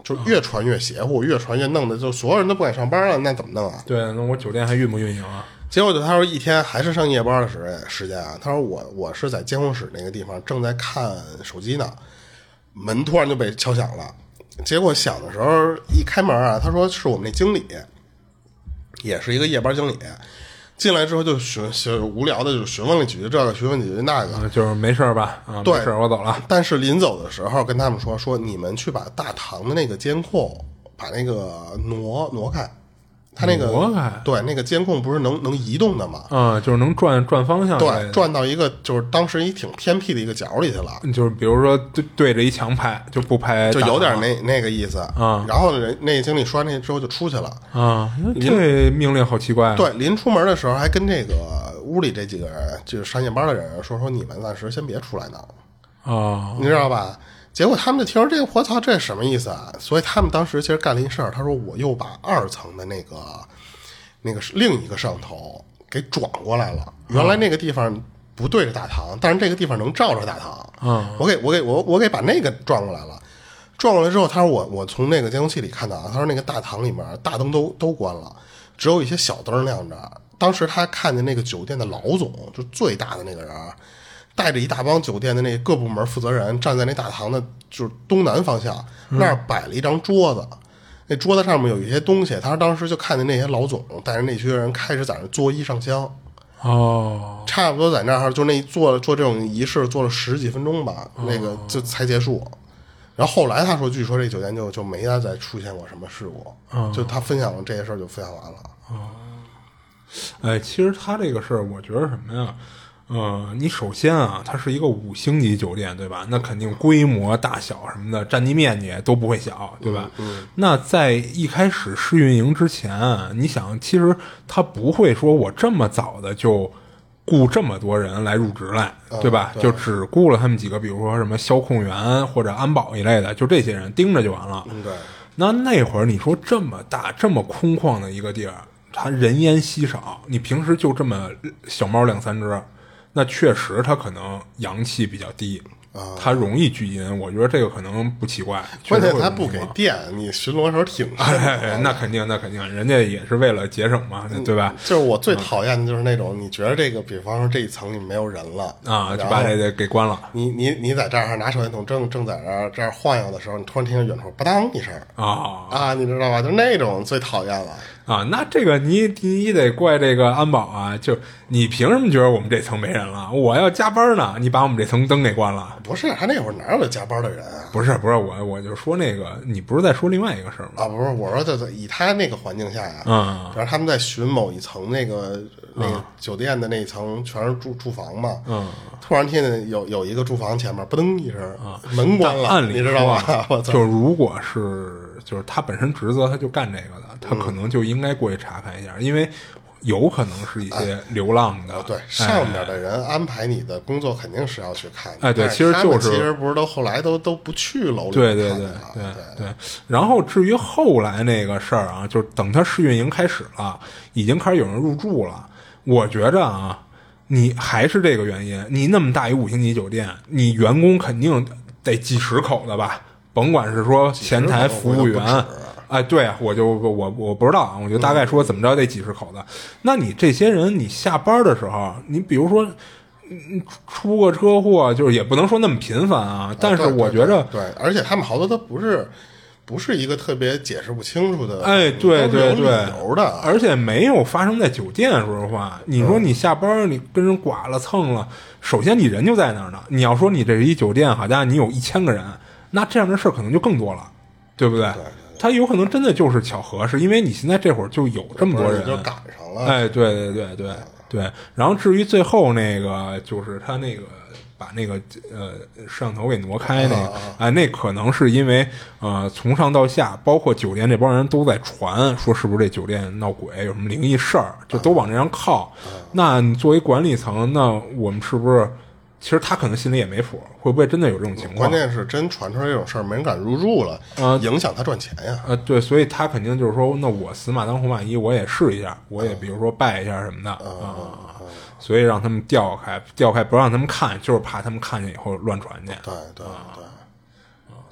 Speaker 1: 就越传越邪乎，越传越弄的，就所有人都不敢上班了，那怎么弄啊？
Speaker 2: 对，那我酒店还运不运营啊？
Speaker 1: 结果就他说一天还是上夜班的时时间啊，他说我我是在监控室那个地方正在看手机呢，门突然就被敲响了。结果响的时候一开门啊，他说是我们那经理，也是一个夜班经理。进来之后就询询无聊的就询问了几句这个，询问几句那个，
Speaker 2: 嗯、就是没事吧？啊，
Speaker 1: 对，
Speaker 2: 没事，我走了。
Speaker 1: 但是临走的时候跟他们说说你们去把大堂的那个监控把那个挪挪开。他那个
Speaker 2: 挪开，
Speaker 1: 对，那个监控不是能能移动的吗？
Speaker 2: 嗯，就是能转转方向，
Speaker 1: 对，转到一个就是当时一挺偏僻的一个角里去了，
Speaker 2: 就是比如说对对着一墙拍，就不拍，
Speaker 1: 就有点那那个意思啊、
Speaker 2: 嗯。
Speaker 1: 然后人那经理说完那之后就出去了
Speaker 2: 啊、嗯，这命令好奇怪、啊。
Speaker 1: 对，临出门的时候还跟这个屋里这几个人，就是上夜班的人说说你们暂时先别出来呢，
Speaker 2: 哦，
Speaker 1: 你知道吧？结果他们就听说这个，我操，这什么意思啊？所以他们当时其实干了一事儿，他说我又把二层的那个那个另一个摄像头给转过来了。原来那个地方不对着大堂，但是这个地方能照着大堂。
Speaker 2: 嗯，
Speaker 1: 我给我给我我给把那个转过来了。转过来之后，他说我我从那个监控器里看到啊，他说那个大堂里面大灯都都关了，只有一些小灯亮着。当时他看见那个酒店的老总，就最大的那个人。带着一大帮酒店的那各部门负责人站在那大堂的就是东南方向，那儿摆了一张桌子，那桌子上面有一些东西，他当时就看见那些老总带着那群人开始在那作揖上香。
Speaker 2: 哦，
Speaker 1: 差不多在那儿就那做做这种仪式做了十几分钟吧，那个就才结束。然后后来他说据说这酒店就就没再出现过什么事故。
Speaker 2: 哦，
Speaker 1: 就他分享了这些事儿就分享完了。
Speaker 2: 哦，哎，其实他这个事儿我觉得什么呀，呃，你首先啊，它是一个五星级酒店，对吧？那肯定规模、大小什么的，占地面积都不会小，对吧？
Speaker 1: 嗯嗯、
Speaker 2: 那在一开始试运营之前，你想，其实他不会说我这么早的就雇这么多人来入职来，对吧？
Speaker 1: 嗯、对
Speaker 2: 就只雇了他们几个，比如说什么消控员或者安保一类的，就这些人盯着就完了。
Speaker 1: 嗯，对。
Speaker 2: 那那会儿你说这么大、这么空旷的一个地儿，它人烟稀少，你平时就这么小猫两三只。那确实他可能阳气比较低，啊，他容易聚阴，我觉得这个可能不奇怪。
Speaker 1: 关键他不给电，你巡逻时候挺深、
Speaker 2: 哎。那肯定，那肯定，人家也是为了节省嘛，嗯、对吧？
Speaker 1: 就是我最讨厌的就是那种，你觉得这个，比方说这一层里没有人了
Speaker 2: 啊，就把这个给关了。
Speaker 1: 你你你在这儿拿手电筒正正在这儿这儿晃悠的时候，你突然听见远处吧当一声
Speaker 2: 啊
Speaker 1: 啊，你知道吧？就那种最讨厌了。
Speaker 2: 啊，那这个你你得怪这个安保啊！就你凭什么觉得我们这层没人了？我要加班呢，你把我们这层灯给关了？
Speaker 1: 不是，他那会儿哪有加班的人啊？
Speaker 2: 不是不是，我我就说那个，你不是在说另外一个事儿吗？
Speaker 1: 啊，不是，我说在以他那个环境下呀、
Speaker 2: 啊，
Speaker 1: 比如他们在巡某一层那个、嗯、那个酒店的那一层全是住住房嘛，
Speaker 2: 嗯，
Speaker 1: 突然听见有有一个住房前面吧噔一声，
Speaker 2: 啊，
Speaker 1: 门关了，
Speaker 2: 按理
Speaker 1: 你知道吧？我操！
Speaker 2: 就如果是就是他本身职责他就干这个的，他可能就应该过去查看一下，嗯、因为有可能是一些流浪的。
Speaker 1: 哎、对，上面的人安排你的工作肯定是要去看的。
Speaker 2: 哎，对，
Speaker 1: 其
Speaker 2: 实就是
Speaker 1: 其实不是都后来都都不去楼里
Speaker 2: 对对对
Speaker 1: 对
Speaker 2: 对对。然后至于后来那个事儿啊，就是等他试运营开始了，已经开始有人入住了。我觉着啊，你还是这个原因，你那么大一五星级酒店，你员工肯定得几十口的吧？甭管是说前台服务员。哎，对啊，我就我我不知道啊，我就大概说怎么着得几十口子。嗯、那你这些人，你下班的时候，你比如说，嗯，出个车祸，就是也不能说那么频繁啊。但是我觉着、
Speaker 1: 啊，对, 对, 对，而且他们好多都不是不是一个特别解释不清楚的，
Speaker 2: 哎，对对对，
Speaker 1: 有的，
Speaker 2: 而且没有发生在酒店。说实话，你说你下班你跟人剐了蹭了，首先你人就在那儿呢。你要说你这是一酒店，好家伙，你有一千个人，那这样的事儿可能就更多了，对不对？
Speaker 1: 对。
Speaker 2: 他有可能真的就是巧合，是因为你现在这会儿就有这么多人，
Speaker 1: 就赶上了。
Speaker 2: 哎，对对对对对。然后至于最后那个，就是他那个把那个呃摄像头给挪开那个，哎、呃，那可能是因为呃从上到下，包括酒店这帮人都在传，说是不是这酒店闹鬼，有什么灵异事儿，就都往这上靠。那你作为管理层，那我们是不是？其实他可能心里也没谱，会不会真的有这种情况？
Speaker 1: 关键是真传出来这种事儿，没人敢入住了，
Speaker 2: 呃，
Speaker 1: 影响他赚钱呀。
Speaker 2: 呃，对，所以他肯定就是说，那我死马当活马医，我也试一下，我也比如说拜一下什么的啊、
Speaker 1: 嗯
Speaker 2: 呃嗯，所以让他们调开，调开不让他们看，就是怕他们看见以后乱传去。
Speaker 1: 对对对、
Speaker 2: 啊，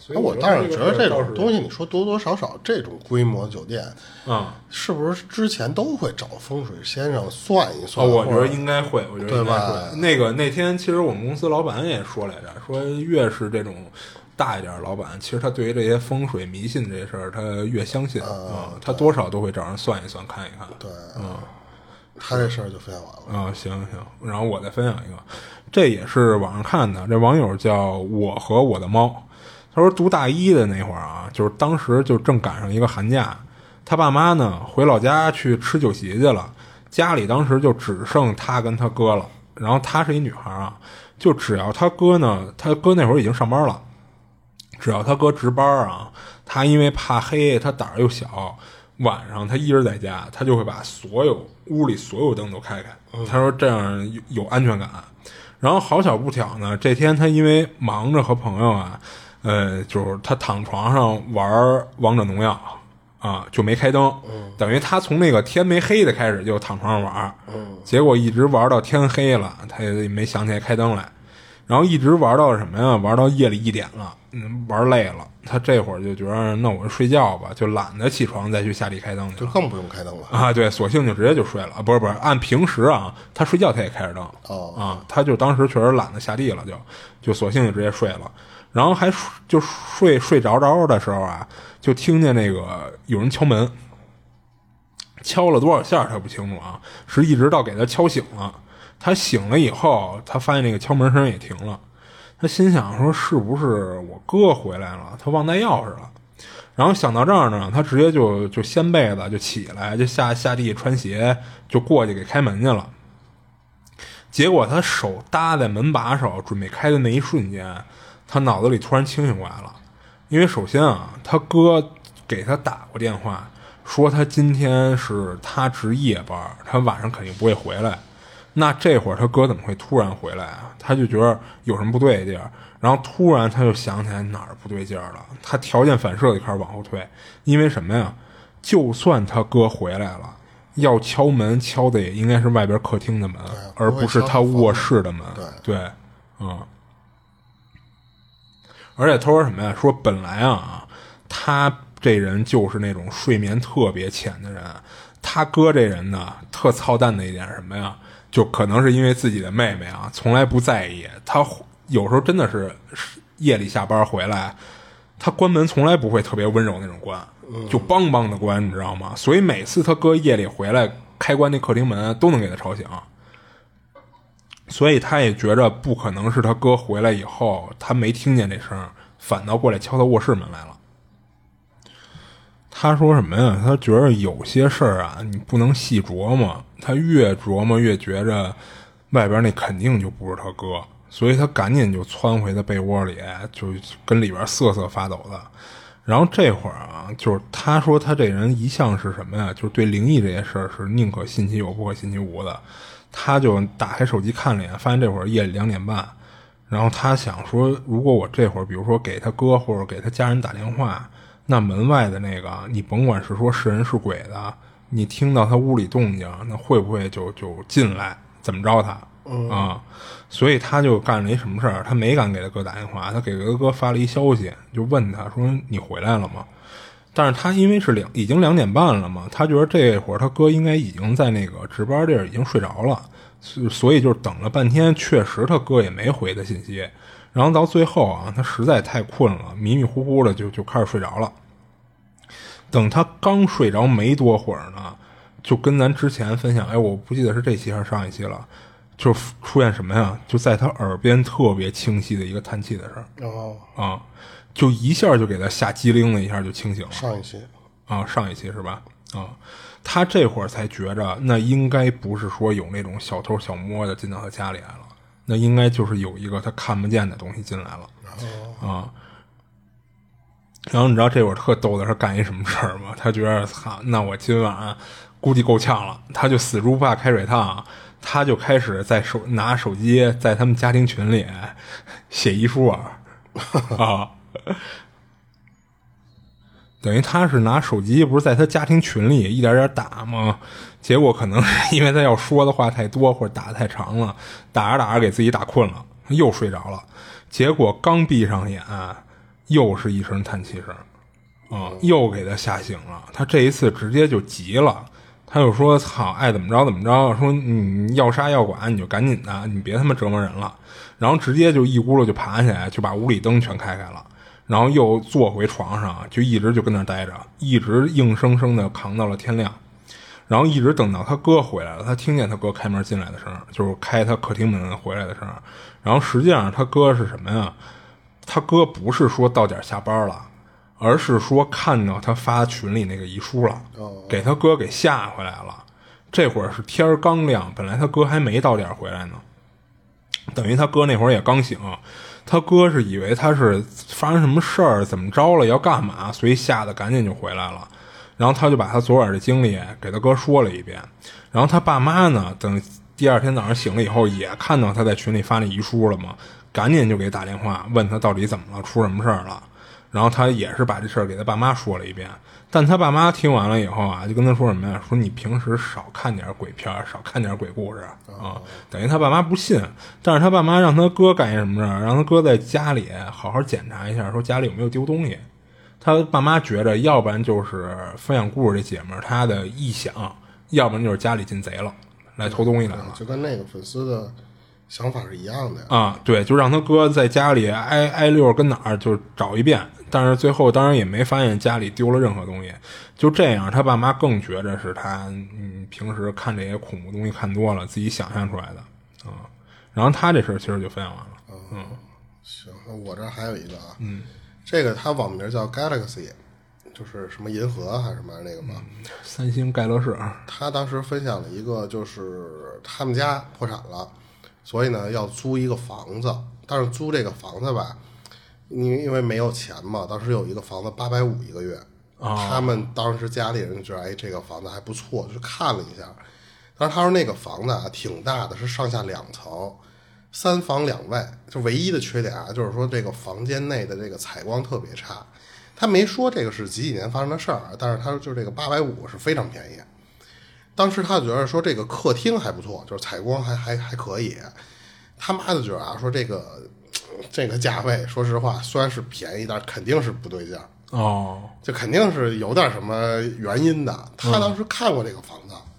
Speaker 2: 所以
Speaker 1: 我倒是觉得这种东
Speaker 2: 西，
Speaker 1: 西，你说多多少少这种规模酒店，
Speaker 2: 嗯，
Speaker 1: 是不是之前都会找风水先生算一算？
Speaker 2: 哦，我觉得应该会，我觉得应该
Speaker 1: 会。
Speaker 2: 那个那天其实我们公司老板也说来着，说越是这种大一点的老板，其实他对于这些风水迷信这些事儿，他越相信啊、
Speaker 1: 嗯
Speaker 2: 嗯，他多少都会找人算一算，看一看。
Speaker 1: 对，
Speaker 2: 嗯。
Speaker 1: 他这事儿就分享完了
Speaker 2: 啊、嗯，行行，然后我再分享一个，这也是网上看的，这网友叫我和我的猫，他说读大一的那会儿啊，就是当时就正赶上一个寒假，他爸妈呢回老家去吃酒席去了，家里当时就只剩他跟他哥了，然后他是一女孩啊，就只要他哥呢，他哥那会儿已经上班了，只要他哥值班啊，他因为怕黑，他胆儿又小。晚上他一人在家，他就会把所有屋里所有灯都开开。他说这样有有安全感。然后好巧不巧呢，这天他因为忙着和朋友啊，呃，就是他躺床上玩王者荣耀啊，就没开灯。等于他从那个天没黑的开始就躺床上玩，结果一直玩到天黑了，他也没想起来开灯来。然后一直玩到什么呀？玩到夜里一点了，嗯，玩累了，他这会儿就觉得那我睡觉吧，就懒得起床再去下地开灯去
Speaker 1: 就更不用开灯了
Speaker 2: 啊！对，索性就直接就睡了啊！不是不是，按平时啊，他睡觉他也开着灯
Speaker 1: 哦
Speaker 2: 啊，他就当时确实懒得下地了，就就索性就直接睡了，然后还就睡睡着着的时候啊，就听见那个有人敲门，敲了多少下他不清楚啊，是一直到给他敲醒了。他醒了以后，他发现那个敲门声也停了，他心想说是不是我哥回来了，他忘带钥匙了。然后想到这儿呢，他直接就就掀被子就起来，就下下地穿鞋就过去给开门去了。结果他手搭在门把手准备开的那一瞬间，他脑子里突然清醒过来了，因为首先啊，他哥给他打过电话，说他今天是他值夜班，他晚上肯定不会回来。那这会儿他哥怎么会突然回来啊？他就觉得有什么不对劲儿，然后突然他就想起来哪儿不对劲儿了，他条件反射就开始往后退，因为什么呀？就算他哥回来了，要敲门敲的也应该是外边客厅的门，而不是他卧室的门。
Speaker 1: 对
Speaker 2: 对，嗯。而且他说什么呀？说本来啊，他这人就是那种睡眠特别浅的人，他哥这人呢，特操蛋的一点是什么呀？就可能是因为自己的妹妹啊，从来不在意。他有时候真的是夜里下班回来，他关门从来不会特别温柔那种关，就梆梆的关，你知道吗？所以每次他哥夜里回来开关那客厅门都能给他吵醒，所以他也觉着不可能是他哥回来以后他没听见这声，反倒过来敲他卧室门来了。他说什么呀？他觉得有些事儿啊，你不能细琢磨。他越琢磨越觉着外边那肯定就不是他哥，所以他赶紧就窜回他被窝里，就跟里边瑟瑟发抖的。然后这会儿啊，就是他说他这人一向是什么呀？就是对灵异这些事儿是宁可信其有不可信其无的。他就打开手机看了一眼，发现这会儿夜里两点半。然后他想说，如果我这会儿比如说给他哥或者给他家人打电话，那门外的那个你甭管是说是人是鬼的，你听到他屋里动静，那会不会就就进来怎么着他、嗯、啊？所以他就干了一什么事儿？他没敢给他哥打电话，他给他哥发了一消息，就问他说你回来了吗？但是他因为是两已经两点半了嘛，他觉得这会儿他哥应该已经在那个值班地儿已经睡着了，所以就等了半天，确实他哥也没回他信息。然后到最后啊，他实在太困了，迷迷糊糊的就就开始睡着了。等他刚睡着没多会儿呢，就跟咱之前分享，哎，我不记得是这期还是上一期了，就出现什么呀？就在他耳边特别清晰的一个叹气的声
Speaker 1: 哦
Speaker 2: 啊，就一下就给他吓机灵了一下，就清醒了。
Speaker 1: 上一期
Speaker 2: 啊，上一期是吧？啊，他这会儿才觉着，那应该不是说有那种小偷小摸的进到他家里来了，那应该就是有一个他看不见的东西进来了。哦、啊。然后你知道这会儿特逗的是干一什么事儿吗？他觉得操，那我今晚估计够呛了，他就死猪不怕开水烫，他就开始在手拿手机在他们家庭群里写遗书啊啊，等于他是拿手机不是在他家庭群里一点点打吗？结果可能是因为他要说的话太多或者打太长了，打着打着给自己打困了，又睡着了。结果刚闭上眼， 又是一声叹气声，啊、嗯，又给他吓醒了。他这一次直接就急了，他就说：“操，爱怎么着怎么着，说你要杀要剐你就赶紧的，你别他妈折磨人了。”然后直接就一咕噜就爬起来，就把屋里灯全开开了，然后又坐回床上，就一直就跟那待着，一直硬生生的扛到了天亮。然后一直等到他哥回来了，他听见他哥开门进来的声，就是开他客厅门回来的声。然后实际上他哥是什么呀？他哥不是说到点下班了，而是说看到他发群里那个遗书了，给他哥给吓回来了。这会儿是天刚亮，本来他哥还没到点回来呢，等于他哥那会儿也刚醒。他哥是以为他是发生什么事儿怎么着了要干嘛，所以吓得赶紧就回来了。然后他就把他昨晚的经历给他哥说了一遍。然后他爸妈呢，等第二天早上醒了以后，也看到他在群里发那遗书了嘛，赶紧就给打电话问他到底怎么了，出什么事儿了。然后他也是把这事儿给他爸妈说了一遍。但他爸妈听完了以后啊，就跟他说什么呀？说你平时少看点鬼片，少看点鬼故事啊。等于他爸妈不信，但是他爸妈让他哥干什么事儿？让他哥在家里好好检查一下，说家里有没有丢东西。他爸妈觉着，要不然就是分享故事这姐们儿她的臆想，要不然就是家里进贼了，来偷东西来了。
Speaker 1: 就跟那个粉丝的想法是一样的呀。
Speaker 2: 啊，对，就让他哥在家里挨挨溜跟哪儿就找一遍，但是最后当然也没发现家里丢了任何东西。就这样，他爸妈更觉着是他嗯平时看这些恐怖东西看多了，自己想象出来的啊。然后他这事儿其实就分享完了。嗯，嗯
Speaker 1: 行，那我这还有一个啊，嗯。这个他网名叫 Galaxy， 就是什么银河还是什么那个吧、嗯，
Speaker 2: 三星盖乐世。
Speaker 1: 他当时分享了一个，就是他们家破产了，所以呢要租一个房子，但是租这个房子吧，因为因为没有钱嘛，当时有一个房子八百五一个月、哦，他们当时家里人觉得哎这个房子还不错，就看了一下，但是他说那个房子啊挺大的，是上下两层。三房两卫，就唯一的缺点啊，就是说这个房间内的这个采光特别差。他没说这个是几几年发生的事儿，但是他说就这个八百五是非常便宜。当时他就觉得说这个客厅还不错，就是采光还还还可以。他妈就觉得啊，说这个这个价位，说实话虽然是便宜，但是肯定是不对价
Speaker 2: 哦，
Speaker 1: 就肯定是有点什么原因的。他当时看过这个房子。嗯，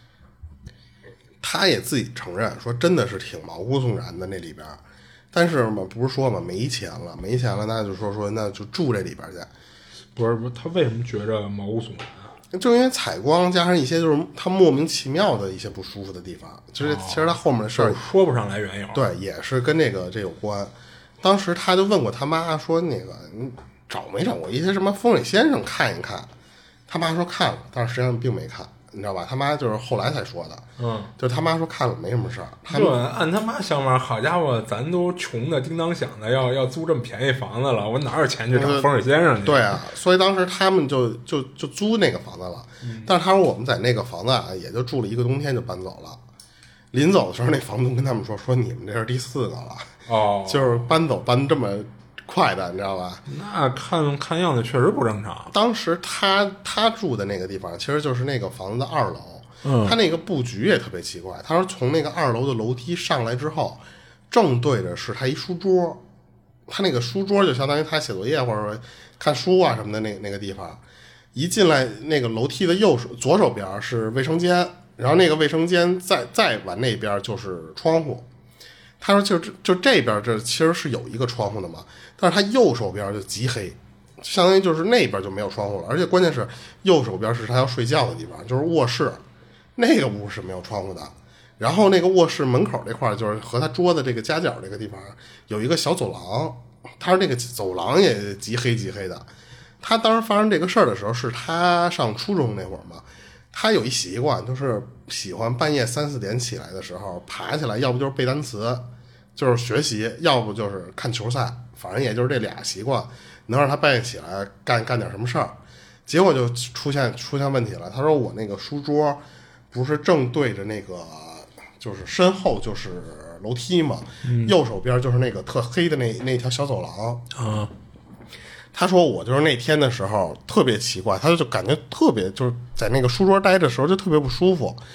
Speaker 1: 他也自己承认说真的是挺毛骨悚然的那里边，但是嘛不是说嘛没钱了没钱了，那就说说那就住这里边去。
Speaker 2: 不是不是，他为什么觉着毛骨悚然啊？
Speaker 1: 就因为采光加上一些就是他莫名其妙的一些不舒服的地方，就是、哦、其实他后面的事儿
Speaker 2: 说不上来缘由。
Speaker 1: 对，也是跟这个这有关。当时他就问过他妈说那个你找没找过一些什么风水先生看一看？他妈说看了，但是实际上并没看。你知道吧？他妈就是后来才说的，
Speaker 2: 嗯，
Speaker 1: 就是他妈说看了没什么事儿。
Speaker 2: 对，按他妈想法，好家伙，咱都穷的叮当响的，要要租这么便宜房子了，我哪有钱去找风水先生去？
Speaker 1: 对啊，所以当时他们就就就租那个房子了。嗯、但是他说我们在那个房子啊，也就住了一个冬天就搬走了。临走的时候，那房东跟他们说说你们这是第四个了，
Speaker 2: 哦，
Speaker 1: 就是搬走搬这么快的，你知道吧？
Speaker 2: 那看看样子确实不正常。
Speaker 1: 当时他他住的那个地方，其实就是那个房子的二楼。嗯，他那个布局也特别奇怪。他说从那个二楼的楼梯上来之后，正对着是他一书桌，他那个书桌就相当于他写作业或者说看书啊什么的那那个地方。一进来那个楼梯的右手左手边是卫生间，然后那个卫生间再再往那边就是窗户。他说就就这边这其实是有一个窗户的嘛，但是他右手边就极黑，相当于就是那边就没有窗户了，而且关键是右手边是他要睡觉的地方，就是卧室，那个屋是没有窗户的。然后那个卧室门口这块就是和他桌子这个夹角这个地方有一个小走廊，他说那个走廊也极黑极黑的。他当时发生这个事儿的时候是他上初中那会儿嘛，他有一习惯就是喜欢半夜三四点起来的时候爬起来，要不就是背单词就是学习，要不就是看球赛，反正也就是这俩习惯能让他半夜起来干干点什么事儿。结果就出现出现问题了。他说我那个书桌不是正对着那个就是身后就是楼梯嘛、嗯、右手边就是那个特黑的那那条小走廊
Speaker 2: 啊。
Speaker 1: 他说我就是那天的时候特别奇怪，他就感觉特别就是在那个书桌待的时候就特别不舒服，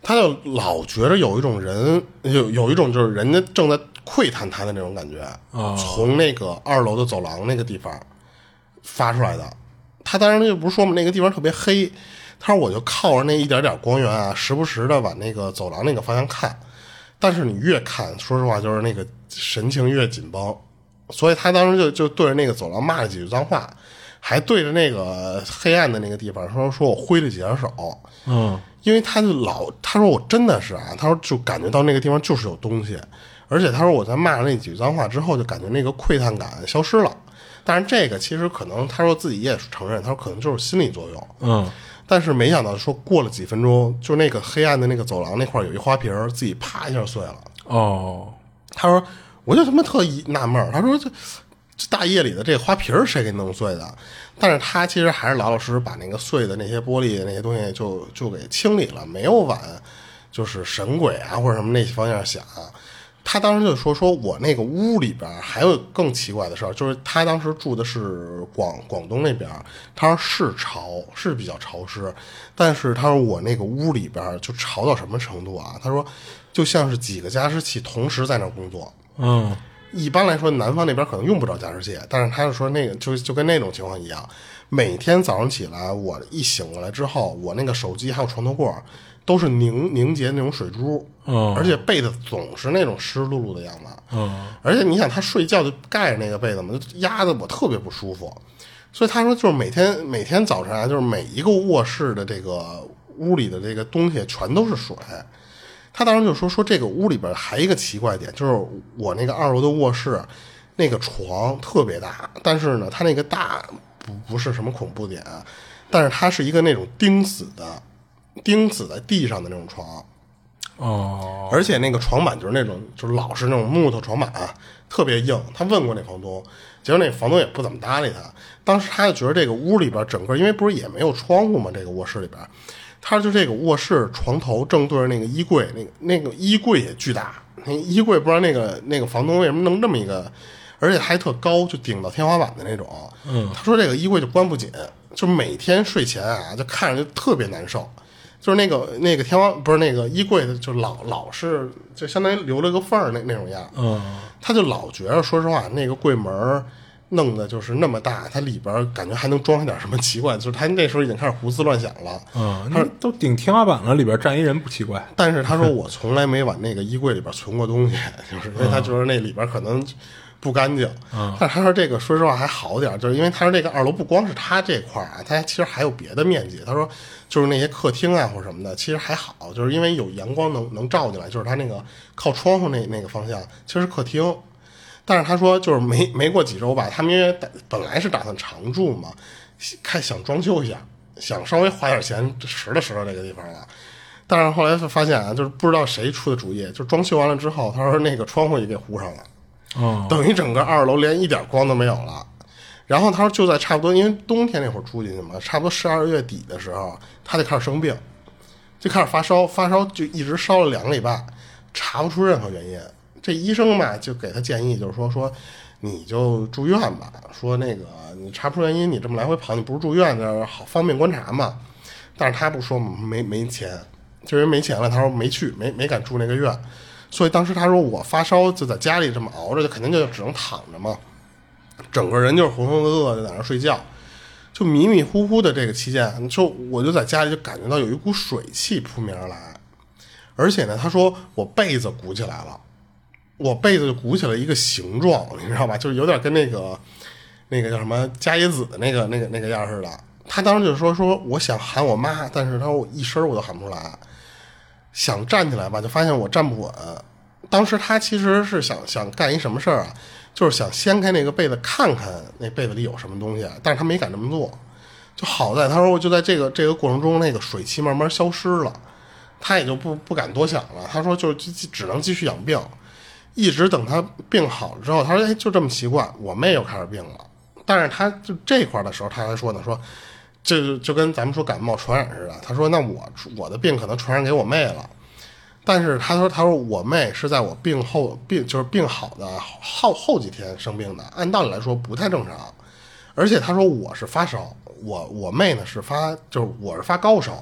Speaker 1: 他就老觉着有一种人有有一种就是人家正在窥探他的那种感觉，
Speaker 2: 哦、
Speaker 1: 从那个二楼的走廊那个地方发出来的。他当时就不是说嘛，那个地方特别黑，他说我就靠着那一点点光源啊，时不时的往那个走廊那个方向看，但是你越看，说实话就是那个神情越紧绷，所以他当时就就对着那个走廊骂了几句脏话，还对着那个黑暗的那个地方说说我挥了几下手，
Speaker 2: 嗯，
Speaker 1: 因为他就老他说我真的是啊，他说就感觉到那个地方就是有东西，而且他说我在骂了那几句脏话之后，就感觉那个窥探感消失了。但是这个其实可能他说自己也承认，他说可能就是心理作用，
Speaker 2: 嗯，
Speaker 1: 但是没想到说过了几分钟，就那个黑暗的那个走廊那块有一花瓶自己啪一下碎了。
Speaker 2: 哦，
Speaker 1: 他说我就他妈特意纳闷，他说这这大夜里的这个花瓶谁给弄碎的？但是他其实还是老老实实把那个碎的那些玻璃那些东西就就给清理了，没有往就是神鬼啊或者什么那些方向想。他当时就说说我那个屋里边还有更奇怪的事儿，就是他当时住的是广广东那边，他说是潮是比较潮湿，但是他说我那个屋里边就潮到什么程度啊？他说就像是几个加湿器同时在那工作。
Speaker 2: 嗯，
Speaker 1: 一般来说南方那边可能用不着加湿器，但是他就说那个就就跟那种情况一样，每天早上起来我一醒过来之后，我那个手机还有床头柜都是凝凝结那种水珠，
Speaker 2: 嗯，
Speaker 1: 而且被子总是那种湿漉漉的样子，
Speaker 2: 嗯，
Speaker 1: 而且你想他睡觉就盖着那个被子嘛，就压得我特别不舒服，所以他说就是每天每天早晨啊，就是每一个卧室的这个屋里的这个东西全都是水。他当时就说说这个屋里边还一个奇怪点，就是我那个二楼的卧室那个床特别大，但是呢它那个大不不是什么恐怖点，但是它是一个那种钉死的钉死在地上的那种床。
Speaker 2: 哦，
Speaker 1: 而且那个床板就是那种就是老是那种木头床板，啊，特别硬。他问过那房东，结果那房东也不怎么搭理他。当时他就觉得这个屋里边整个因为不是也没有窗户嘛，这个卧室里边他就这个卧室床头正对着那个衣柜，那个那个衣柜也巨大，那个衣柜不知道那个那个房东为什么弄这么一个，而且还特高，就顶到天花板的那种。
Speaker 2: 嗯，
Speaker 1: 他说这个衣柜就关不紧，就每天睡前啊，就看着就特别难受。就是那个那个天花不是那个衣柜的，就老老是就相当于留了个缝儿那那种样。
Speaker 2: 嗯，
Speaker 1: 他就老觉得，说实话，那个柜门弄的就是那么大，它里边感觉还能装上点什么奇怪，就是他那时候已经开始胡思乱想了。
Speaker 2: 嗯，他都顶天花板了，里边站一人不奇怪。
Speaker 1: 但是他说我从来没往那个衣柜里边存过东西，就是因为他觉得那里边可能不干净。嗯，但是他说这个说实话还好点，就是因为他说这个二楼不光是他这块啊，他其实还有别的面积。他说就是那些客厅啊或者什么的，其实还好，就是因为有阳光能能照进来，就是他那个靠窗户那那个方向其实是客厅。但是他说就是没没过几周吧，他们因为本来是打算常住嘛，开想装修一下，想稍微花点钱拾掇拾掇这个地方了。但是后来就发现啊，就是不知道谁出的主意，就装修完了之后，他说那个窗户也给糊上了。
Speaker 2: 哦，
Speaker 1: 等于整个二楼连一点光都没有了。然后他说就在差不多因为冬天那会儿住进去嘛，差不多十二月底的时候他就开始生病，就开始发烧，发烧就一直烧了两个礼拜，查不出任何原因。这医生嘛就给他建议，就是说说你就住院吧，说那个你查不出原因，你这么来回跑，你不是住院这好方便观察嘛。但是他不说没没钱，就因为没钱了，他说没去，没没敢住那个院。所以当时他说我发烧就在家里这么熬着，就肯定就只能躺着嘛，整个人就是浑浑噩噩的在那睡觉，就迷迷糊糊的。这个期间就我就在家里就感觉到有一股水汽扑面而来，而且呢他说我被子鼓起来了，我被子就鼓起了一个形状，你知道吧，就是有点跟那个那个叫什么伽椰子的那个那个那个样似的。他当时就说说我想喊我妈，但是他说我一声我都喊不出来，想站起来吧就发现我站不稳。当时他其实是想想干一什么事儿啊，就是想掀开那个被子看看那被子里有什么东西，但是他没敢这么做。就好在他说我就在这个这个过程中那个水汽慢慢消失了，他也就不不敢多想了。他说就只能继续养病，一直等他病好之后，他说哎就这么奇怪，我妹又开始病了。但是他就这块的时候他还说呢，说这就跟咱们说感冒传染似的，他说那我我的病可能传染给我妹了。但是他说他说我妹是在我病后病就是病好的后后几天生病的，按道理来说不太正常。而且他说我是发烧，我我妹呢是发就是我是发高烧，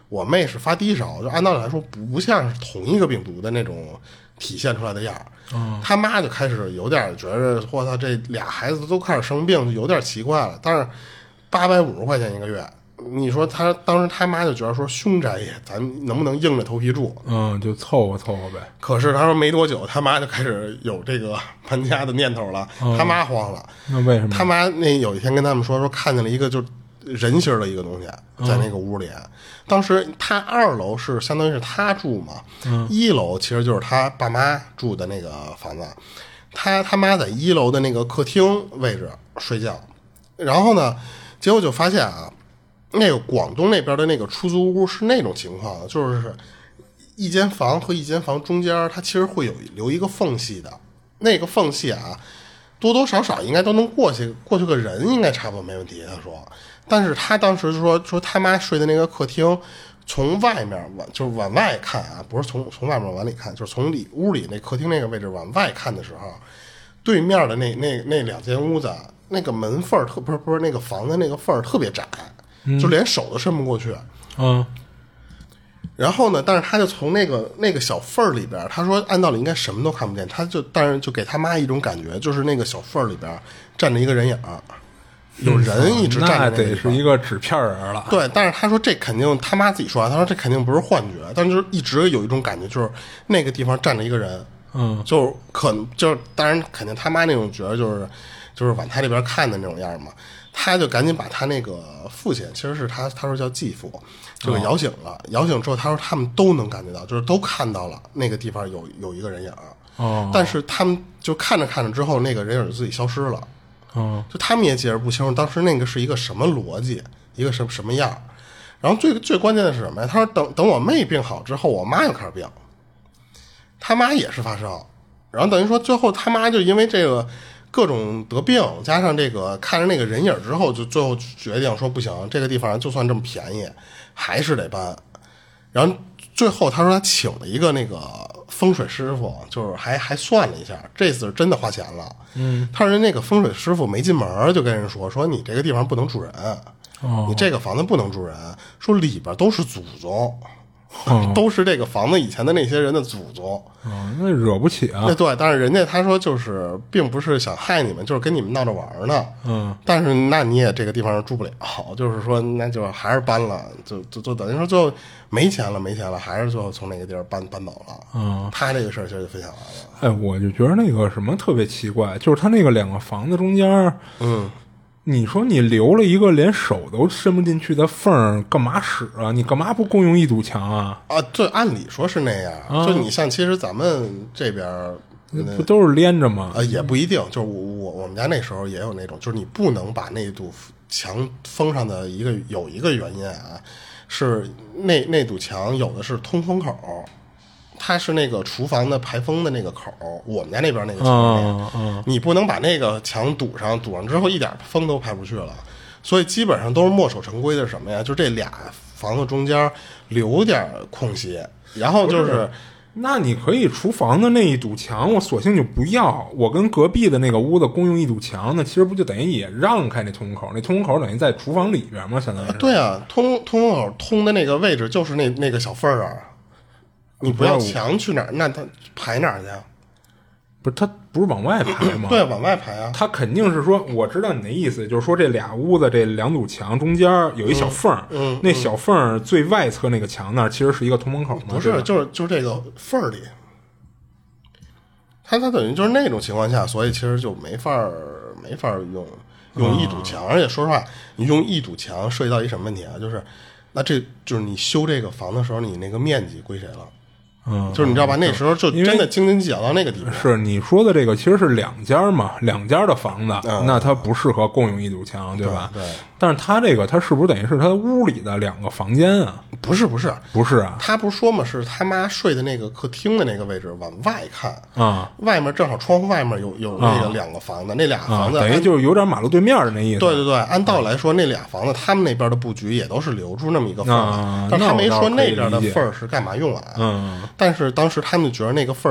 Speaker 1: 我妹是发低烧，就按道理来说不不像是同一个病毒的那种体现出来的样儿。嗯，他妈就开始有点觉着，我操，这俩孩子都开始生病，就有点奇怪了。但是八百五十块钱一个月，你说他当时他妈就觉得说凶宅也，咱能不能硬着头皮住？
Speaker 2: 嗯，就凑合凑合呗。
Speaker 1: 可是他说没多久，他妈就开始有这个搬家的念头了，嗯、他妈慌了。
Speaker 2: 那为什么？
Speaker 1: 他妈那有一天跟他们说说看见了一个就人形的一个东西在那个屋里。嗯、当时他二楼是相当于是他住嘛，嗯、一楼其实就是他爸妈住的那个房子。他他妈在一楼的那个客厅位置睡觉，然后呢，结果就发现啊。那个广东那边的那个出租屋是那种情况，就是一间房和一间房中间它其实会有留一个缝隙的，那个缝隙啊多多少少应该都能过去过去个人应该差不多没问题，他说。但是他当时就说说他妈睡的那个客厅从外面往就是往外看啊，不是从从外面往里看，就是从里屋里那客厅那个位置往外看的时候，对面的那那那两间屋子那个门缝特不是不是那个房子那个缝特别窄，就连手都伸不过去。
Speaker 2: 嗯，
Speaker 1: 然后呢，但是他就从那个那个小缝里边，他说按道理应该什么都看不见，他就但是就给他妈一种感觉，就是那个小缝里边站着一个人影，有人一直站着、
Speaker 2: 嗯。那得是一个纸片人了。
Speaker 1: 对，但是他说这肯定他妈自己说啊，他说这肯定不是幻觉，但是就是一直有一种感觉，就是那个地方站着一个人。
Speaker 2: 嗯，
Speaker 1: 就是可能就是当然肯定他妈那种觉得就是就是往他这边看的那种样嘛。他就赶紧把他那个父亲，其实是他，他说叫继父，就给摇醒了。哦、摇醒之后，他说他们都能感觉到，就是都看到了那个地方有有一个人影。
Speaker 2: 哦，
Speaker 1: 但是他们就看着看着之后，那个人影就自己消失了。
Speaker 2: 哦，
Speaker 1: 就他们也解释不清楚当时那个是一个什么逻辑，一个什么什么样。然后最最关键的是什么呀？他说等等我妹病好之后，我妈又开始病，他妈也是发烧，然后等于说最后他妈就因为这个。各种得病，加上这个看着那个人影之后，就最后决定说不行，这个地方就算这么便宜，还是得搬。然后最后他说他请了一个那个风水师傅，就是还还算了一下，这次真的花钱了。
Speaker 2: 嗯，
Speaker 1: 他说那个风水师傅没进门就跟人说说你这个地方不能住人，
Speaker 2: 哦、
Speaker 1: 你这个房子不能住人，说里边都是祖宗。哦、都是这个房子以前的那些人的祖宗。
Speaker 2: 哦，那惹不起啊。
Speaker 1: 那对，但是人家他说就是并不是想害你们，就是跟你们闹着玩呢。
Speaker 2: 嗯，
Speaker 1: 但是那你也这个地方住不了，就是说那就还是搬了，就就就等于说最后没钱了，没钱了，还是最后从那个地儿搬搬走了。
Speaker 2: 嗯，
Speaker 1: 他这个事儿其实就分享完了。
Speaker 2: 哎，我就觉得那个什么特别奇怪，就是他那个两个房子中间，
Speaker 1: 嗯。
Speaker 2: 你说你留了一个连手都伸不进去的缝儿，干嘛使啊？你干嘛不共用一堵墙啊？
Speaker 1: 啊，这按理说是那样。啊、就你像，其实咱们这边
Speaker 2: 不都是连着吗？
Speaker 1: 啊，也不一定。就是我我我们家那时候也有那种，就是你不能把那堵墙封上的一个有一个原因啊，是那那堵墙有的是通风口。它是那个厨房的排风的那个口，我们家那边那个墙面，
Speaker 2: 嗯嗯、
Speaker 1: 你不能把那个墙堵上，堵上之后一点风都排不出去了，所以基本上都是墨守成规的什么呀？就这俩房子中间留点空隙，然后就是，
Speaker 2: 是那你可以厨房的那一堵墙，我索性就不要，我跟隔壁的那个屋子共用一堵墙，那其实不就等于也让开那通风口？那通风口等于在厨房里边吗？相当于是、
Speaker 1: 啊、对啊，通通风口通的那个位置就是那那个小缝儿。你不要墙去哪儿，那它排哪儿去？
Speaker 2: 不是，它不是往外排吗？
Speaker 1: 对，往外排啊。
Speaker 2: 它肯定是说，我知道你的意思，就是说这俩屋子这两堵墙中间有一小缝儿、
Speaker 1: 嗯嗯，
Speaker 2: 那小缝儿最外侧那个墙那儿其实是一个通风口吗？
Speaker 1: 不是，就是就是这个缝儿里。它它等于就是那种情况下，所以其实就没法没法用用一堵墙、嗯，而且说实话，你用一堵墙涉及到一什么问题啊？就是那这就是你修这个房的时候，你那个面积归谁了？
Speaker 2: 嗯，
Speaker 1: 就是你知道吧？那时候就真的斤斤计较到那个地步。
Speaker 2: 是你说的这个，其实是两家嘛，两家的房子，
Speaker 1: 嗯、
Speaker 2: 那它不适合共用一堵墙，对吧？
Speaker 1: 对。对
Speaker 2: 但是他这个，他是不是等于是他屋里的两个房间啊？
Speaker 1: 不是，不是，
Speaker 2: 不是啊。
Speaker 1: 他不是说嘛，是他妈睡的那个客厅的那个位置往外看
Speaker 2: 啊、
Speaker 1: 嗯，外面正好窗户外面有有那个两个房子，啊、那俩房子、
Speaker 2: 啊、等于就是有点马路对面的那意思。
Speaker 1: 对对对，按道理来说，那俩房子他们那边的布局也都是留出那么一个缝儿、
Speaker 2: 啊，
Speaker 1: 但他没说那边的缝儿是干嘛用啊？
Speaker 2: 嗯。
Speaker 1: 但是当时他们就觉得那个缝儿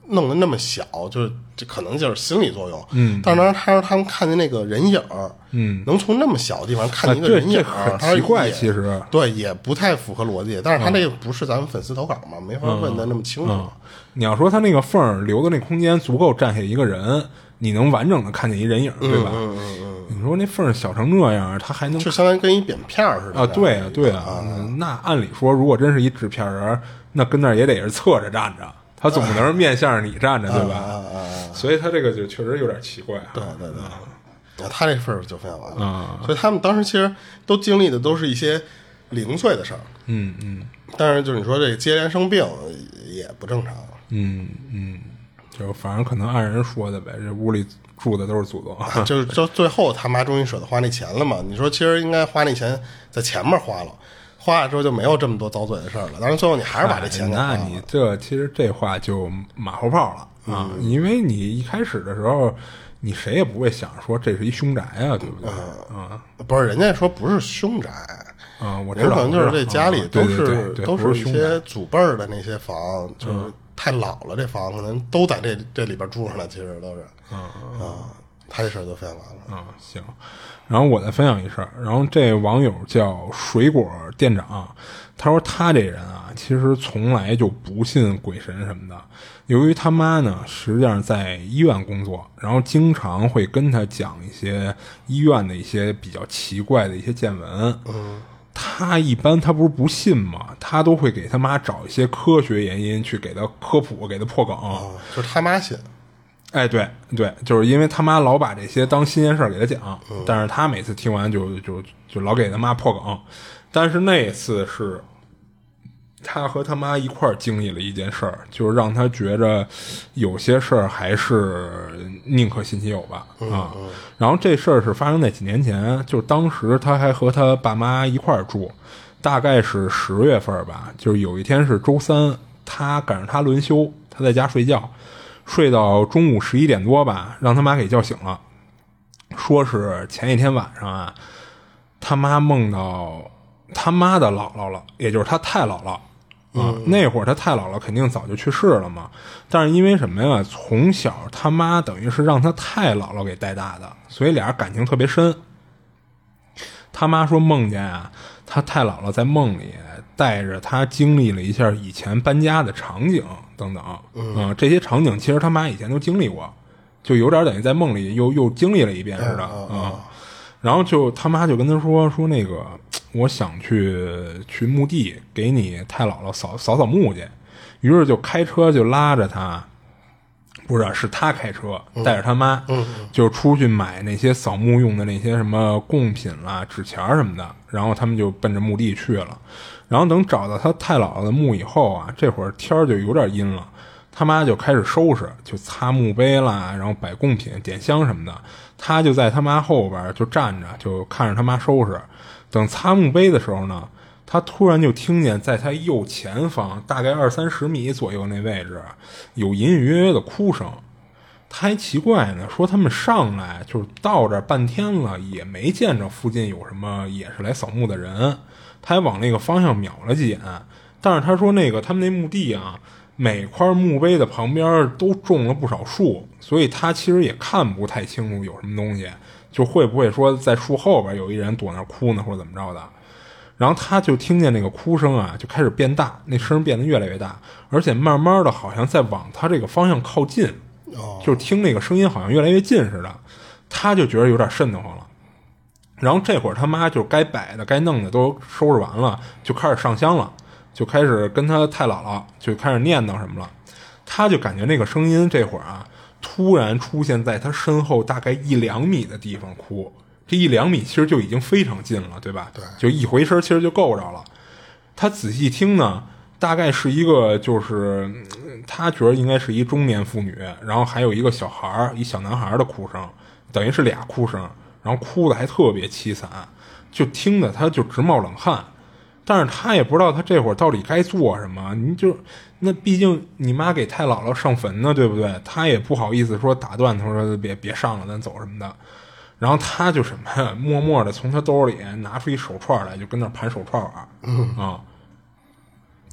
Speaker 1: 弄得那么小，就是这可能就是心理作用。嗯，但是当时他说他们看见那个人影，嗯，能从那么小的地方看见一个人影，
Speaker 2: 啊、很奇怪，其实
Speaker 1: 对也不太符合逻辑。但是他这个不是咱们粉丝投稿嘛，没法问的那么清楚。
Speaker 2: 嗯嗯、你要说他那个缝留的那空间足够站下一个人，你能完整的看见一人影，对吧？
Speaker 1: 嗯嗯嗯。
Speaker 2: 你说那缝小成这样，他还能
Speaker 1: 就相当于跟一扁片似的
Speaker 2: 啊？对啊，对啊。
Speaker 1: 啊
Speaker 2: 那按理说，如果真是一纸片人，那跟那儿也得是侧着站着。他总不能是面向着你站着，对吧？
Speaker 1: 啊啊啊、
Speaker 2: 所以他这个就确实有点奇怪。
Speaker 1: 对对对，啊、他这份儿就分享完了、啊。所以他们当时其实都经历的都是一些零碎的事儿。
Speaker 2: 嗯嗯。
Speaker 1: 但是就是你说这接连生病也不正常。
Speaker 2: 嗯嗯，就反正可能按人说的呗，这屋里住的都是祖宗。
Speaker 1: 啊、就是就最后他妈终于舍得花那钱了嘛？你说其实应该花那钱在前面花了。花了之后就没有这么多遭罪的事儿了，但是最后你还是把这钱给花了。
Speaker 2: 那你这其实这话就马后炮了啊、嗯！因为你一开始的时候，你谁也不会想说这是一凶宅啊，对不对？
Speaker 1: 嗯，嗯不是，人家说不是凶宅
Speaker 2: 啊、嗯，我知道，
Speaker 1: 可能就是这家里都是、
Speaker 2: 啊、对对对对
Speaker 1: 都是一些祖辈儿的那些房，就是太老了，这房可能都在这这里边住上了，其实都是。嗯嗯。啊他这事儿就分享完了
Speaker 2: 啊、嗯，行，然后我再分享一事儿。然后这网友叫水果店长，他说他这人啊，其实从来就不信鬼神什么的。由于他妈呢，实际上在医院工作，然后经常会跟他讲一些医院的一些比较奇怪的一些见闻。嗯，他一般他不是不信嘛，他都会给他妈找一些科学原因去给他科普，给他破梗。
Speaker 1: 哦、就是他妈信。
Speaker 2: 哎，对对，就是因为他妈老把这些当新鲜事儿给他讲、嗯，但是他每次听完就就就老给他妈破梗。但是那次是他和他妈一块儿经历了一件事儿，就是让他觉着有些事儿还是宁可信其有吧啊、嗯嗯。然后这事儿是发生在几年前，就当时他还和他爸妈一块儿住，大概是十月份吧，就是有一天是周三，他赶上他轮休，他在家睡觉。睡到中午十一点多吧，让他妈给叫醒了，说是前一天晚上啊，他妈梦到他妈的姥姥了，也就是他太姥姥啊、嗯。那会儿他太姥姥肯定早就去世了嘛，但是因为什么呀？从小他妈等于是让他太姥姥给带大的，所以俩人感情特别深。他妈说梦见啊，他太姥姥在梦里带着他经历了一下以前搬家的场景等等，嗯、呃，这些场景其实他妈以前都经历过，就有点等于在梦里又又经历了一遍似的，啊、嗯嗯。然后就他妈就跟他说说那个，我想去去墓地给你太姥姥扫扫扫墓去，于是就开车就拉着他。不是，是他开车带着他妈、嗯嗯，就出去买那些扫墓用的那些什么贡品啦、纸钱什么的，然后他们就奔着墓地去了。然后等找到他太姥姥的墓以后啊，这会儿天就有点阴了，他妈就开始收拾，就擦墓碑啦，然后摆贡品、点香什么的。他就在他妈后边就站着，就看着他妈收拾。等擦墓碑的时候呢，他突然就听见在他右前方大概二三十米左右那位置有隐隐约约的哭声。他还奇怪呢，说他们上来就是到这儿半天了，也没见着附近有什么也是来扫墓的人。他还往那个方向瞄了几眼，但是他说那个他们那墓地啊，每块墓碑的旁边都种了不少树，所以他其实也看不太清楚有什么东西，就会不会说在树后边有一人躲那哭呢，或者怎么着的。然后他就听见那个哭声啊，就开始变大，那声变得越来越大，而且慢慢的好像在往他这个方向靠近，就听那个声音好像越来越近似的，他就觉得有点瘆得慌了。然后这会儿他妈就该摆的该弄的都收拾完了，就开始上香了，就开始跟他太姥姥就开始念叨什么了。他就感觉那个声音这会儿啊，突然出现在他身后大概一两米的地方哭。这一两米其实就已经非常近了，对吧？
Speaker 1: 对，
Speaker 2: 就一回身其实就够着了。他仔细听呢，大概是一个就是他觉得应该是一中年妇女，然后还有一个小孩一小男孩的哭声，等于是俩哭声，然后哭的还特别凄惨，就听得他就直冒冷汗。但是他也不知道他这会儿到底该做什么，你就那毕竟你妈给太姥姥上坟呢，对不对？他也不好意思说打断他说别别上了，咱走什么的。然后他就什么呀，默默的从他兜里拿出一手串来，就跟那盘手串玩，嗯啊。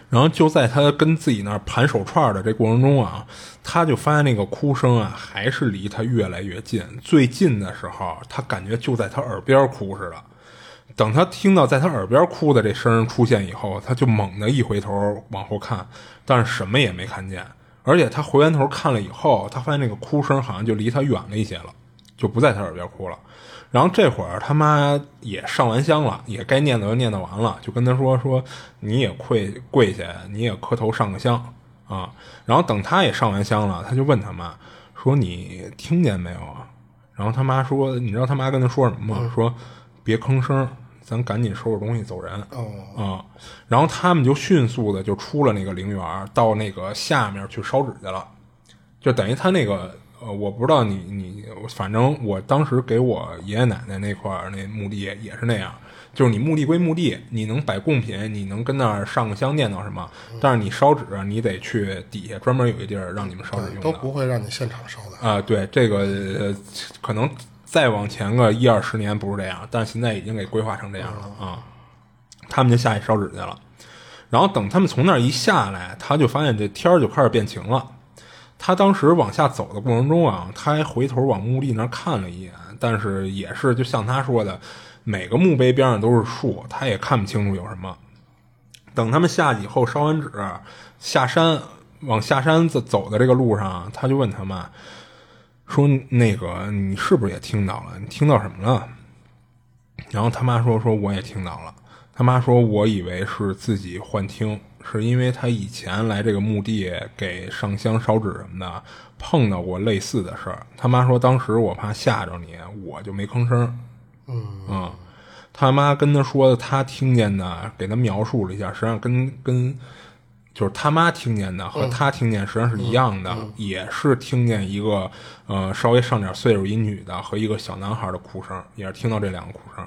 Speaker 2: 然后就在他跟自己那儿盘手串的这过程中啊，他就发现那个哭声啊还是离他越来越近，最近的时候他感觉就在他耳边哭似的。等他听到在他耳边哭的这声出现以后，他就猛地一回头往后看，但是什么也没看见。而且他回完头看了以后，他发现那个哭声好像就离他远了一些了，就不在他耳边哭了。然后这会儿他妈也上完香了，也该念叨就念叨完了，就跟他说说你也跪跪下，你也磕头上个香啊。然后等他也上完香了，他就问他妈说你听见没有啊？然后他妈说，你知道他妈跟他说什么吗？嗯、说别吭声，咱赶紧收拾东西走人。
Speaker 1: 哦
Speaker 2: 啊，然后他们就迅速的就出了那个陵园，到那个下面去烧纸去了，就等于他那个。呃，我不知道你你，反正我当时给我爷爷奶奶那块儿那墓地也是那样，就是你墓地归墓地，你能摆贡品，你能跟那儿上个香念叨什么，但是你烧纸你得去底下专门有一地儿让你们烧纸用的，
Speaker 1: 都不会让你现场烧的
Speaker 2: 啊、呃。对，这个、呃、可能再往前个一二十年不是这样，但是现在已经给规划成这样了啊、嗯。他们就下去烧纸去了，然后等他们从那儿一下来，他就发现这天儿就开始变晴了。他当时往下走的过程中啊，他还回头往墓地那儿看了一眼，但是也是就像他说的，每个墓碑边上都是树，他也看不清楚有什么。等他们下去以后烧完纸下山，往下山走的这个路上，他就问他妈说那个你是不是也听到了？你听到什么了？然后他妈说说我也听到了。他妈说我以为是自己幻听，是因为他以前来这个墓地给上香烧纸什么的碰到过类似的事儿。他妈说当时我怕吓着你，我就没吭声。
Speaker 1: 嗯
Speaker 2: 嗯，他妈跟他说的他听见的给他描述了一下，实际上跟跟就是他妈听见的和他听见实际上是一样的、嗯嗯、也是听见一个呃稍微上点岁数一女的和一个小男孩的哭声，也是听到这两个哭声。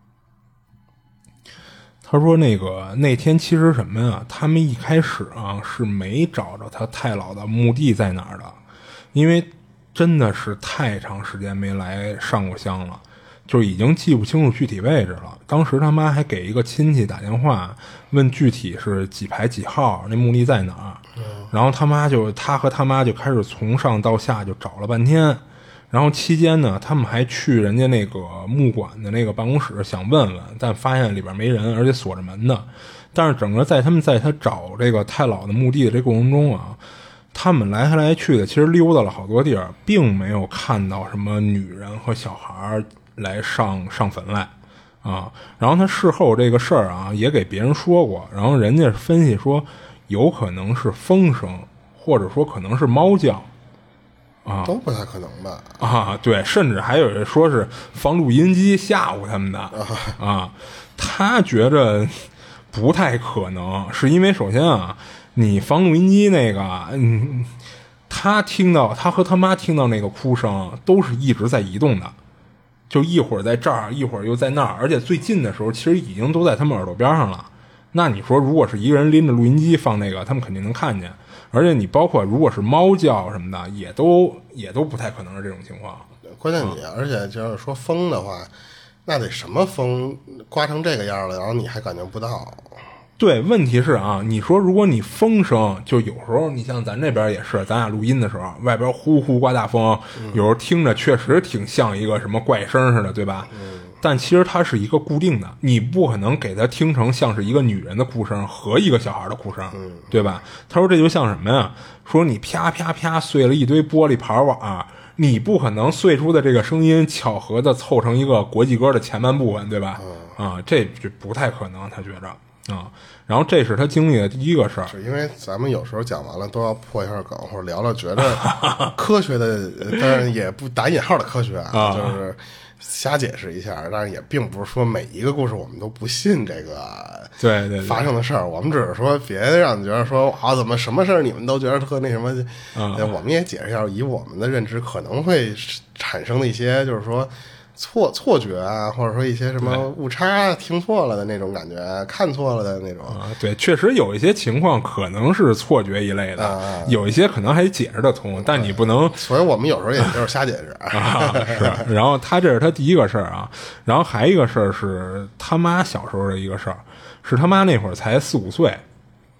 Speaker 2: 他说那个那天其实什么呀，他们一开始啊是没找着他太老的墓地在哪儿的，因为真的是太长时间没来上过香了，就已经记不清楚具体位置了。当时他妈还给一个亲戚打电话问具体是几排几号，那墓地在哪儿、嗯、然后他妈就他和他妈就开始从上到下就找了半天。然后期间呢，他们还去人家那个墓馆的那个办公室想问问，但发现里边没人，而且锁着门的。但是整个在他们在他找这个太老的墓地的这过程中啊，他们来来去的，其实溜达了好多地儿，并没有看到什么女人和小孩来上上坟来啊。然后他事后这个事儿啊，也给别人说过，然后人家分析说，有可能是风声，或者说可能是猫叫。啊，
Speaker 1: 都不太可能吧？
Speaker 2: 啊，对，甚至还有人说是放录音机吓唬他们的啊, 啊，他觉着不太可能，是因为首先啊，你放录音机那个，嗯，他听到他和他妈听到那个哭声都是一直在移动的，就一会儿在这儿，一会儿又在那儿，而且最近的时候其实已经都在他们耳朵边上了。那你说，如果是一个人拎着录音机放那个，他们肯定能看见。而且你包括如果是猫叫什么的，也都也都不太可能是这种情况。
Speaker 1: 关键你、嗯、而且就是说风的话，那得什么风刮成这个样了，然后你还感觉不到。
Speaker 2: 对，问题是啊，你说如果你风声，就有时候你像咱这边也是，咱俩录音的时候，外边呼呼刮大风，嗯、有时候听着确实挺像一个什么怪声似的，对吧？
Speaker 1: 嗯。
Speaker 2: 但其实它是一个固定的，你不可能给它听成像是一个女人的哭声和一个小孩的哭声，
Speaker 1: 嗯、
Speaker 2: 对吧？他说这就像什么呀？说你啪啪啪碎了一堆玻璃盘瓦，你不可能碎出的这个声音巧合的凑成一个国际歌的前半部分，对吧？
Speaker 1: 嗯、
Speaker 2: 啊，这就不太可能，他觉着啊。然后这是他经历的第一个事儿，
Speaker 1: 是因为咱们有时候讲完了都要破一下梗或者聊聊觉得科学的，当然也不打引号的科学啊，
Speaker 2: 啊
Speaker 1: 就是瞎解释一下，但是也并不是说每一个故事我们都不信这个
Speaker 2: 对对
Speaker 1: 发生的事儿，我们只是说别让你觉得说啊怎么什么事儿你们都觉得特那什么，
Speaker 2: 嗯、
Speaker 1: 我们也解释一下，以我们的认知可能会产生的一些就是说错错觉啊，或者说一些什么误差听错了的那种感觉，看错了的那种
Speaker 2: 啊，对，确实有一些情况可能是错觉一类的，
Speaker 1: 啊、
Speaker 2: 有一些可能还解释得通，但你不能，
Speaker 1: 所以我们有时候也就是瞎解释
Speaker 2: 啊。是，然后他这是他第一个事儿啊，然后还一个事儿是他妈小时候的一个事儿，是他妈那会儿才四五岁，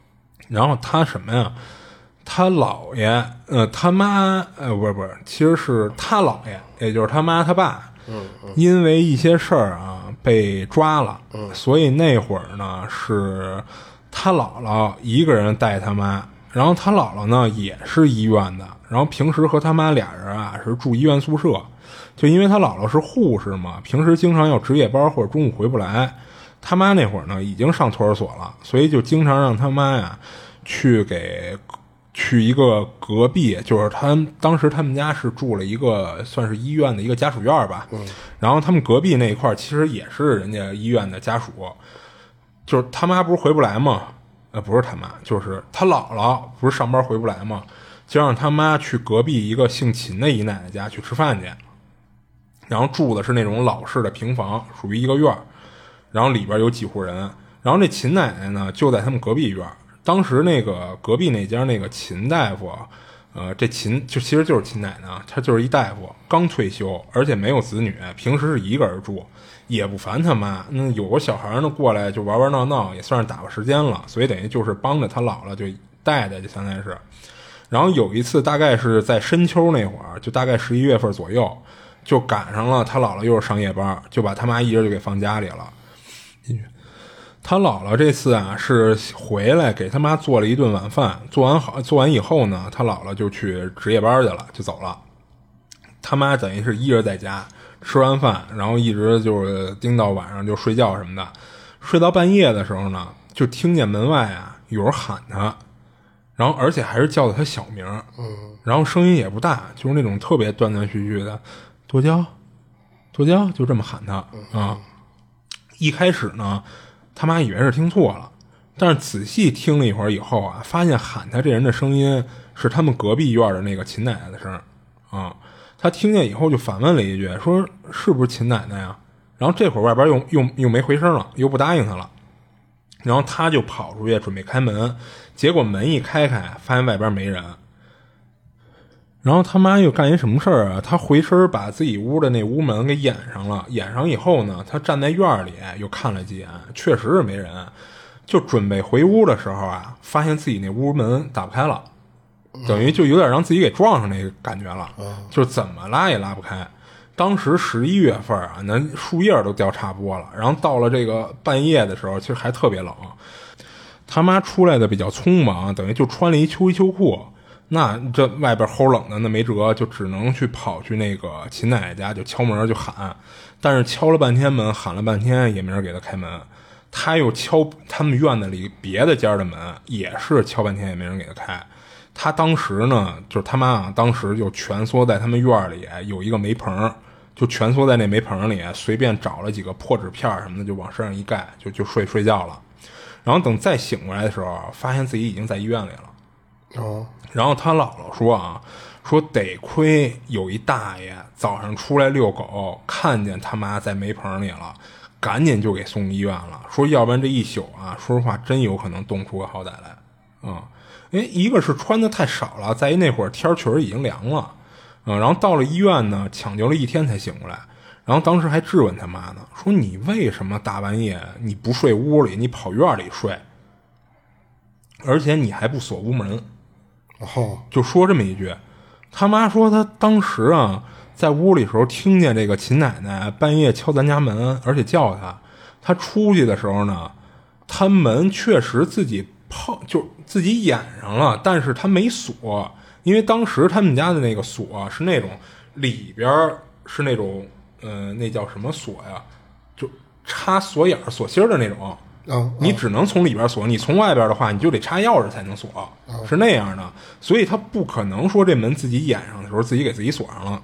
Speaker 2: 然后他什么呀？他姥爷，呃，他妈，呃，不是不是，其实是他姥爷，也就是他妈他爸，
Speaker 1: 嗯嗯，
Speaker 2: 因为一些事儿啊被抓了，嗯，所以那会儿呢是他姥姥一个人带他妈，然后他姥姥呢也是医院的，然后平时和他妈俩人啊是住医院宿舍，就因为他姥姥是护士嘛，平时经常要值夜班或者中午回不来，他妈那会儿呢已经上托儿所了，所以就经常让他妈呀去给。去一个隔壁，就是他当时他们家是住了一个算是医院的一个家属院吧，嗯，然后他们隔壁那一块其实也是人家医院的家属，就是他妈不是回不来吗？呃，不是他妈，就是他姥姥不是上班回不来吗？就让他妈去隔壁一个姓秦的姨奶奶家去吃饭去，然后住的是那种老式的平房，属于一个院，然后里边有几户人，然后那秦奶奶呢就在他们隔壁院。当时那个隔壁那家那个秦大夫，呃，这秦就其实就是秦奶奶，她就是一大夫，刚退休，而且没有子女，平时是一个人住，也不烦他妈。那有个小孩呢过来就玩玩闹闹，也算是打发时间了，所以等于就是帮着他姥姥就带带，就相当于是。然后有一次大概是在深秋那会儿，就大概十一月份左右，就赶上了他姥姥又是上夜班，就把他妈一人就给放家里了。他姥姥这次啊是回来给他妈做了一顿晚饭，做完好做完以后呢，他姥姥就去值夜班去了，就走了。他妈等于是一人在家吃完饭，然后一直就是盯到晚上就睡觉什么的。睡到半夜的时候呢，就听见门外啊有人喊他，然后而且还是叫的他小名，然后声音也不大，就是那种特别断断续续的，剁椒，剁椒，就这么喊他啊。一开始呢。他妈以为是听错了，但是仔细听了一会儿以后啊，发现喊他这人的声音是他们隔壁院的那个秦奶奶的声啊。他听见以后就反问了一句，说是不是秦奶奶呀？然后这会儿外边又又又没回声了，又不答应他了。然后他就跑出去准备开门，结果门一开开，发现外边没人。然后他妈又干一什么事儿啊？他回身把自己屋的那屋门给掩上了，掩上以后呢，他站在院里又看了几眼，确实是没人。就准备回屋的时候啊，发现自己那屋门打不开了，等于就有点让自己给撞上那个感觉了，就怎么拉也拉不开。当时十一月份啊，那树叶都掉差不多了，然后到了这个半夜的时候，其实还特别冷。他妈出来的比较匆忙，等于就穿了一秋衣秋裤。那这外边齁冷的，那没辙，就只能去跑去那个秦奶奶家，就敲门就喊，但是敲了半天门，喊了半天也没人给他开门。他又敲他们院子里别的家的门，也是敲半天也没人给他开。他当时呢，就是他妈啊，当时就蜷缩在他们院里有一个煤棚，就蜷缩在那煤棚里，随便找了几个破纸片什么的，就往身上一盖，就就睡睡觉了。然后等再醒过来的时候，发现自己已经在医院里了。
Speaker 1: 哦。
Speaker 2: 然后他姥姥说啊，说得亏有一大爷早上出来遛狗，看见他妈在煤棚里了，赶紧就给送医院了。说要不然这一宿啊，说实话真有可能冻出个好歹来啊。因为一个是穿的太少了，再一那会儿天确实已经凉了，嗯，然后到了医院呢，抢救了一天才醒过来。然后当时还质问他妈呢，说你为什么大半夜你不睡屋里，你跑院里睡，而且你还不锁屋门。
Speaker 1: 哦，
Speaker 2: 就说这么一句。他妈说他当时啊在屋里时候听见这个秦奶奶半夜敲咱家门，而且叫他。他出去的时候呢，他门确实自己泡就自己掩上了，但是他没锁，因为当时他们家的那个锁、啊、是那种里边是那种呃那叫什么锁呀，就插锁眼锁芯的那种。
Speaker 1: 哦、
Speaker 2: 你只能从里边锁，你从外边的话你就得插钥匙才能锁、哦、是那样的，所以他不可能说这门自己掩上的时候自己给自己锁上了。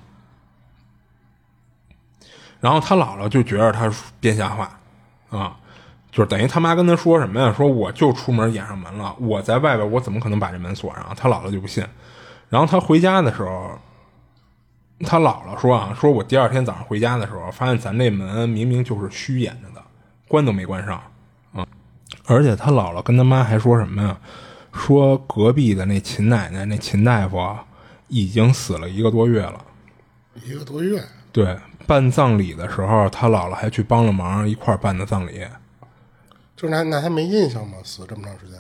Speaker 2: 然后他姥姥就觉得他编瞎话啊，就是等于他妈跟他说什么呀，说我就出门掩上门了，我在外边我怎么可能把这门锁上，他姥姥就不信。然后他回家的时候，他姥姥说啊，说我第二天早上回家的时候发现咱这门明明就是虚掩着的，关都没关上。而且他姥姥跟他妈还说什么呀，说隔壁的那秦奶奶那秦大夫啊已经死了一个多月了。
Speaker 1: 一个多月？
Speaker 2: 对，办葬礼的时候他姥姥还去帮了忙，一块儿办的葬礼。
Speaker 1: 就是那那他没印象吗？死这么长时间？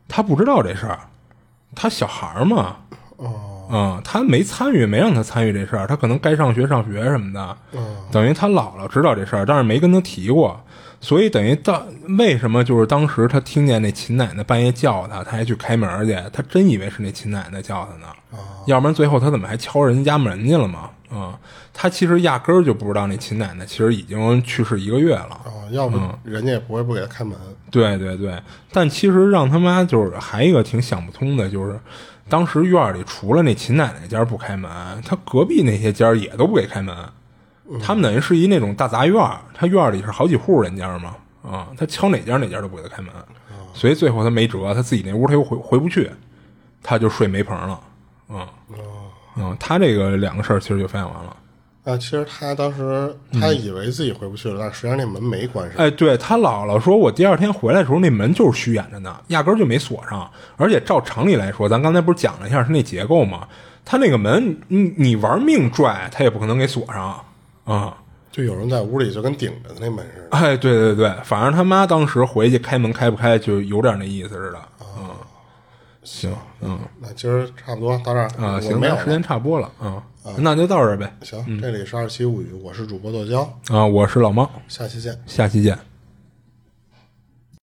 Speaker 2: 他不知道这事儿，他小孩嘛，
Speaker 1: 哦，
Speaker 2: 嗯，他没参与，没让他参与这事儿，他可能该上学上学什么的，
Speaker 1: 嗯，
Speaker 2: 等于他姥姥知道这事儿，但是没跟他提过，所以等于到为什么就是当时他听见那秦奶奶半夜叫他，他还去开门去，他真以为是那秦奶奶叫他呢，
Speaker 1: 哦，
Speaker 2: 要不然最后他怎么还敲人家门去了嘛？嗯，他其实压根儿就不知道那秦奶奶其实已经去世一个月了。
Speaker 1: 哦，要不人家也不会不给他开门。
Speaker 2: 对对对，但其实让他妈就是还一个挺想不通的，就是当时院里除了那秦奶奶家不开门，他隔壁那些家也都不给开门。他们等于是一那种大杂院，他院里是好几户人家嘛，啊，他敲哪家哪家都不给他开门，所以最后他没辙，他自己那屋他又回回不去，他就睡煤棚了，嗯嗯，他这个两个事儿其实就分享完了。
Speaker 1: 啊，其实他当时他以为自己回不去了，但实际上那门没关上。
Speaker 2: 哎，对，他姥姥说，我第二天回来的时候，那门就是虚掩着呢，压根儿就没锁上。而且照常理来说，咱刚才不是讲了一下是那结构吗？他那个门，你你玩命拽，他也不可能给锁上啊、嗯。
Speaker 1: 就有人在屋里就跟顶着那门似的。
Speaker 2: 哎，对对对，反正他妈当时回去开门开不开，就有点那意思似的。嗯，行，嗯，
Speaker 1: 那今儿差不多到这儿
Speaker 2: 啊，行，
Speaker 1: 那
Speaker 2: 时间差不多了，嗯，啊、那就到这儿呗。
Speaker 1: 行，这里是二七物语，我是主播剁椒
Speaker 2: 啊，我是老猫，
Speaker 1: 下期见，
Speaker 2: 下期见。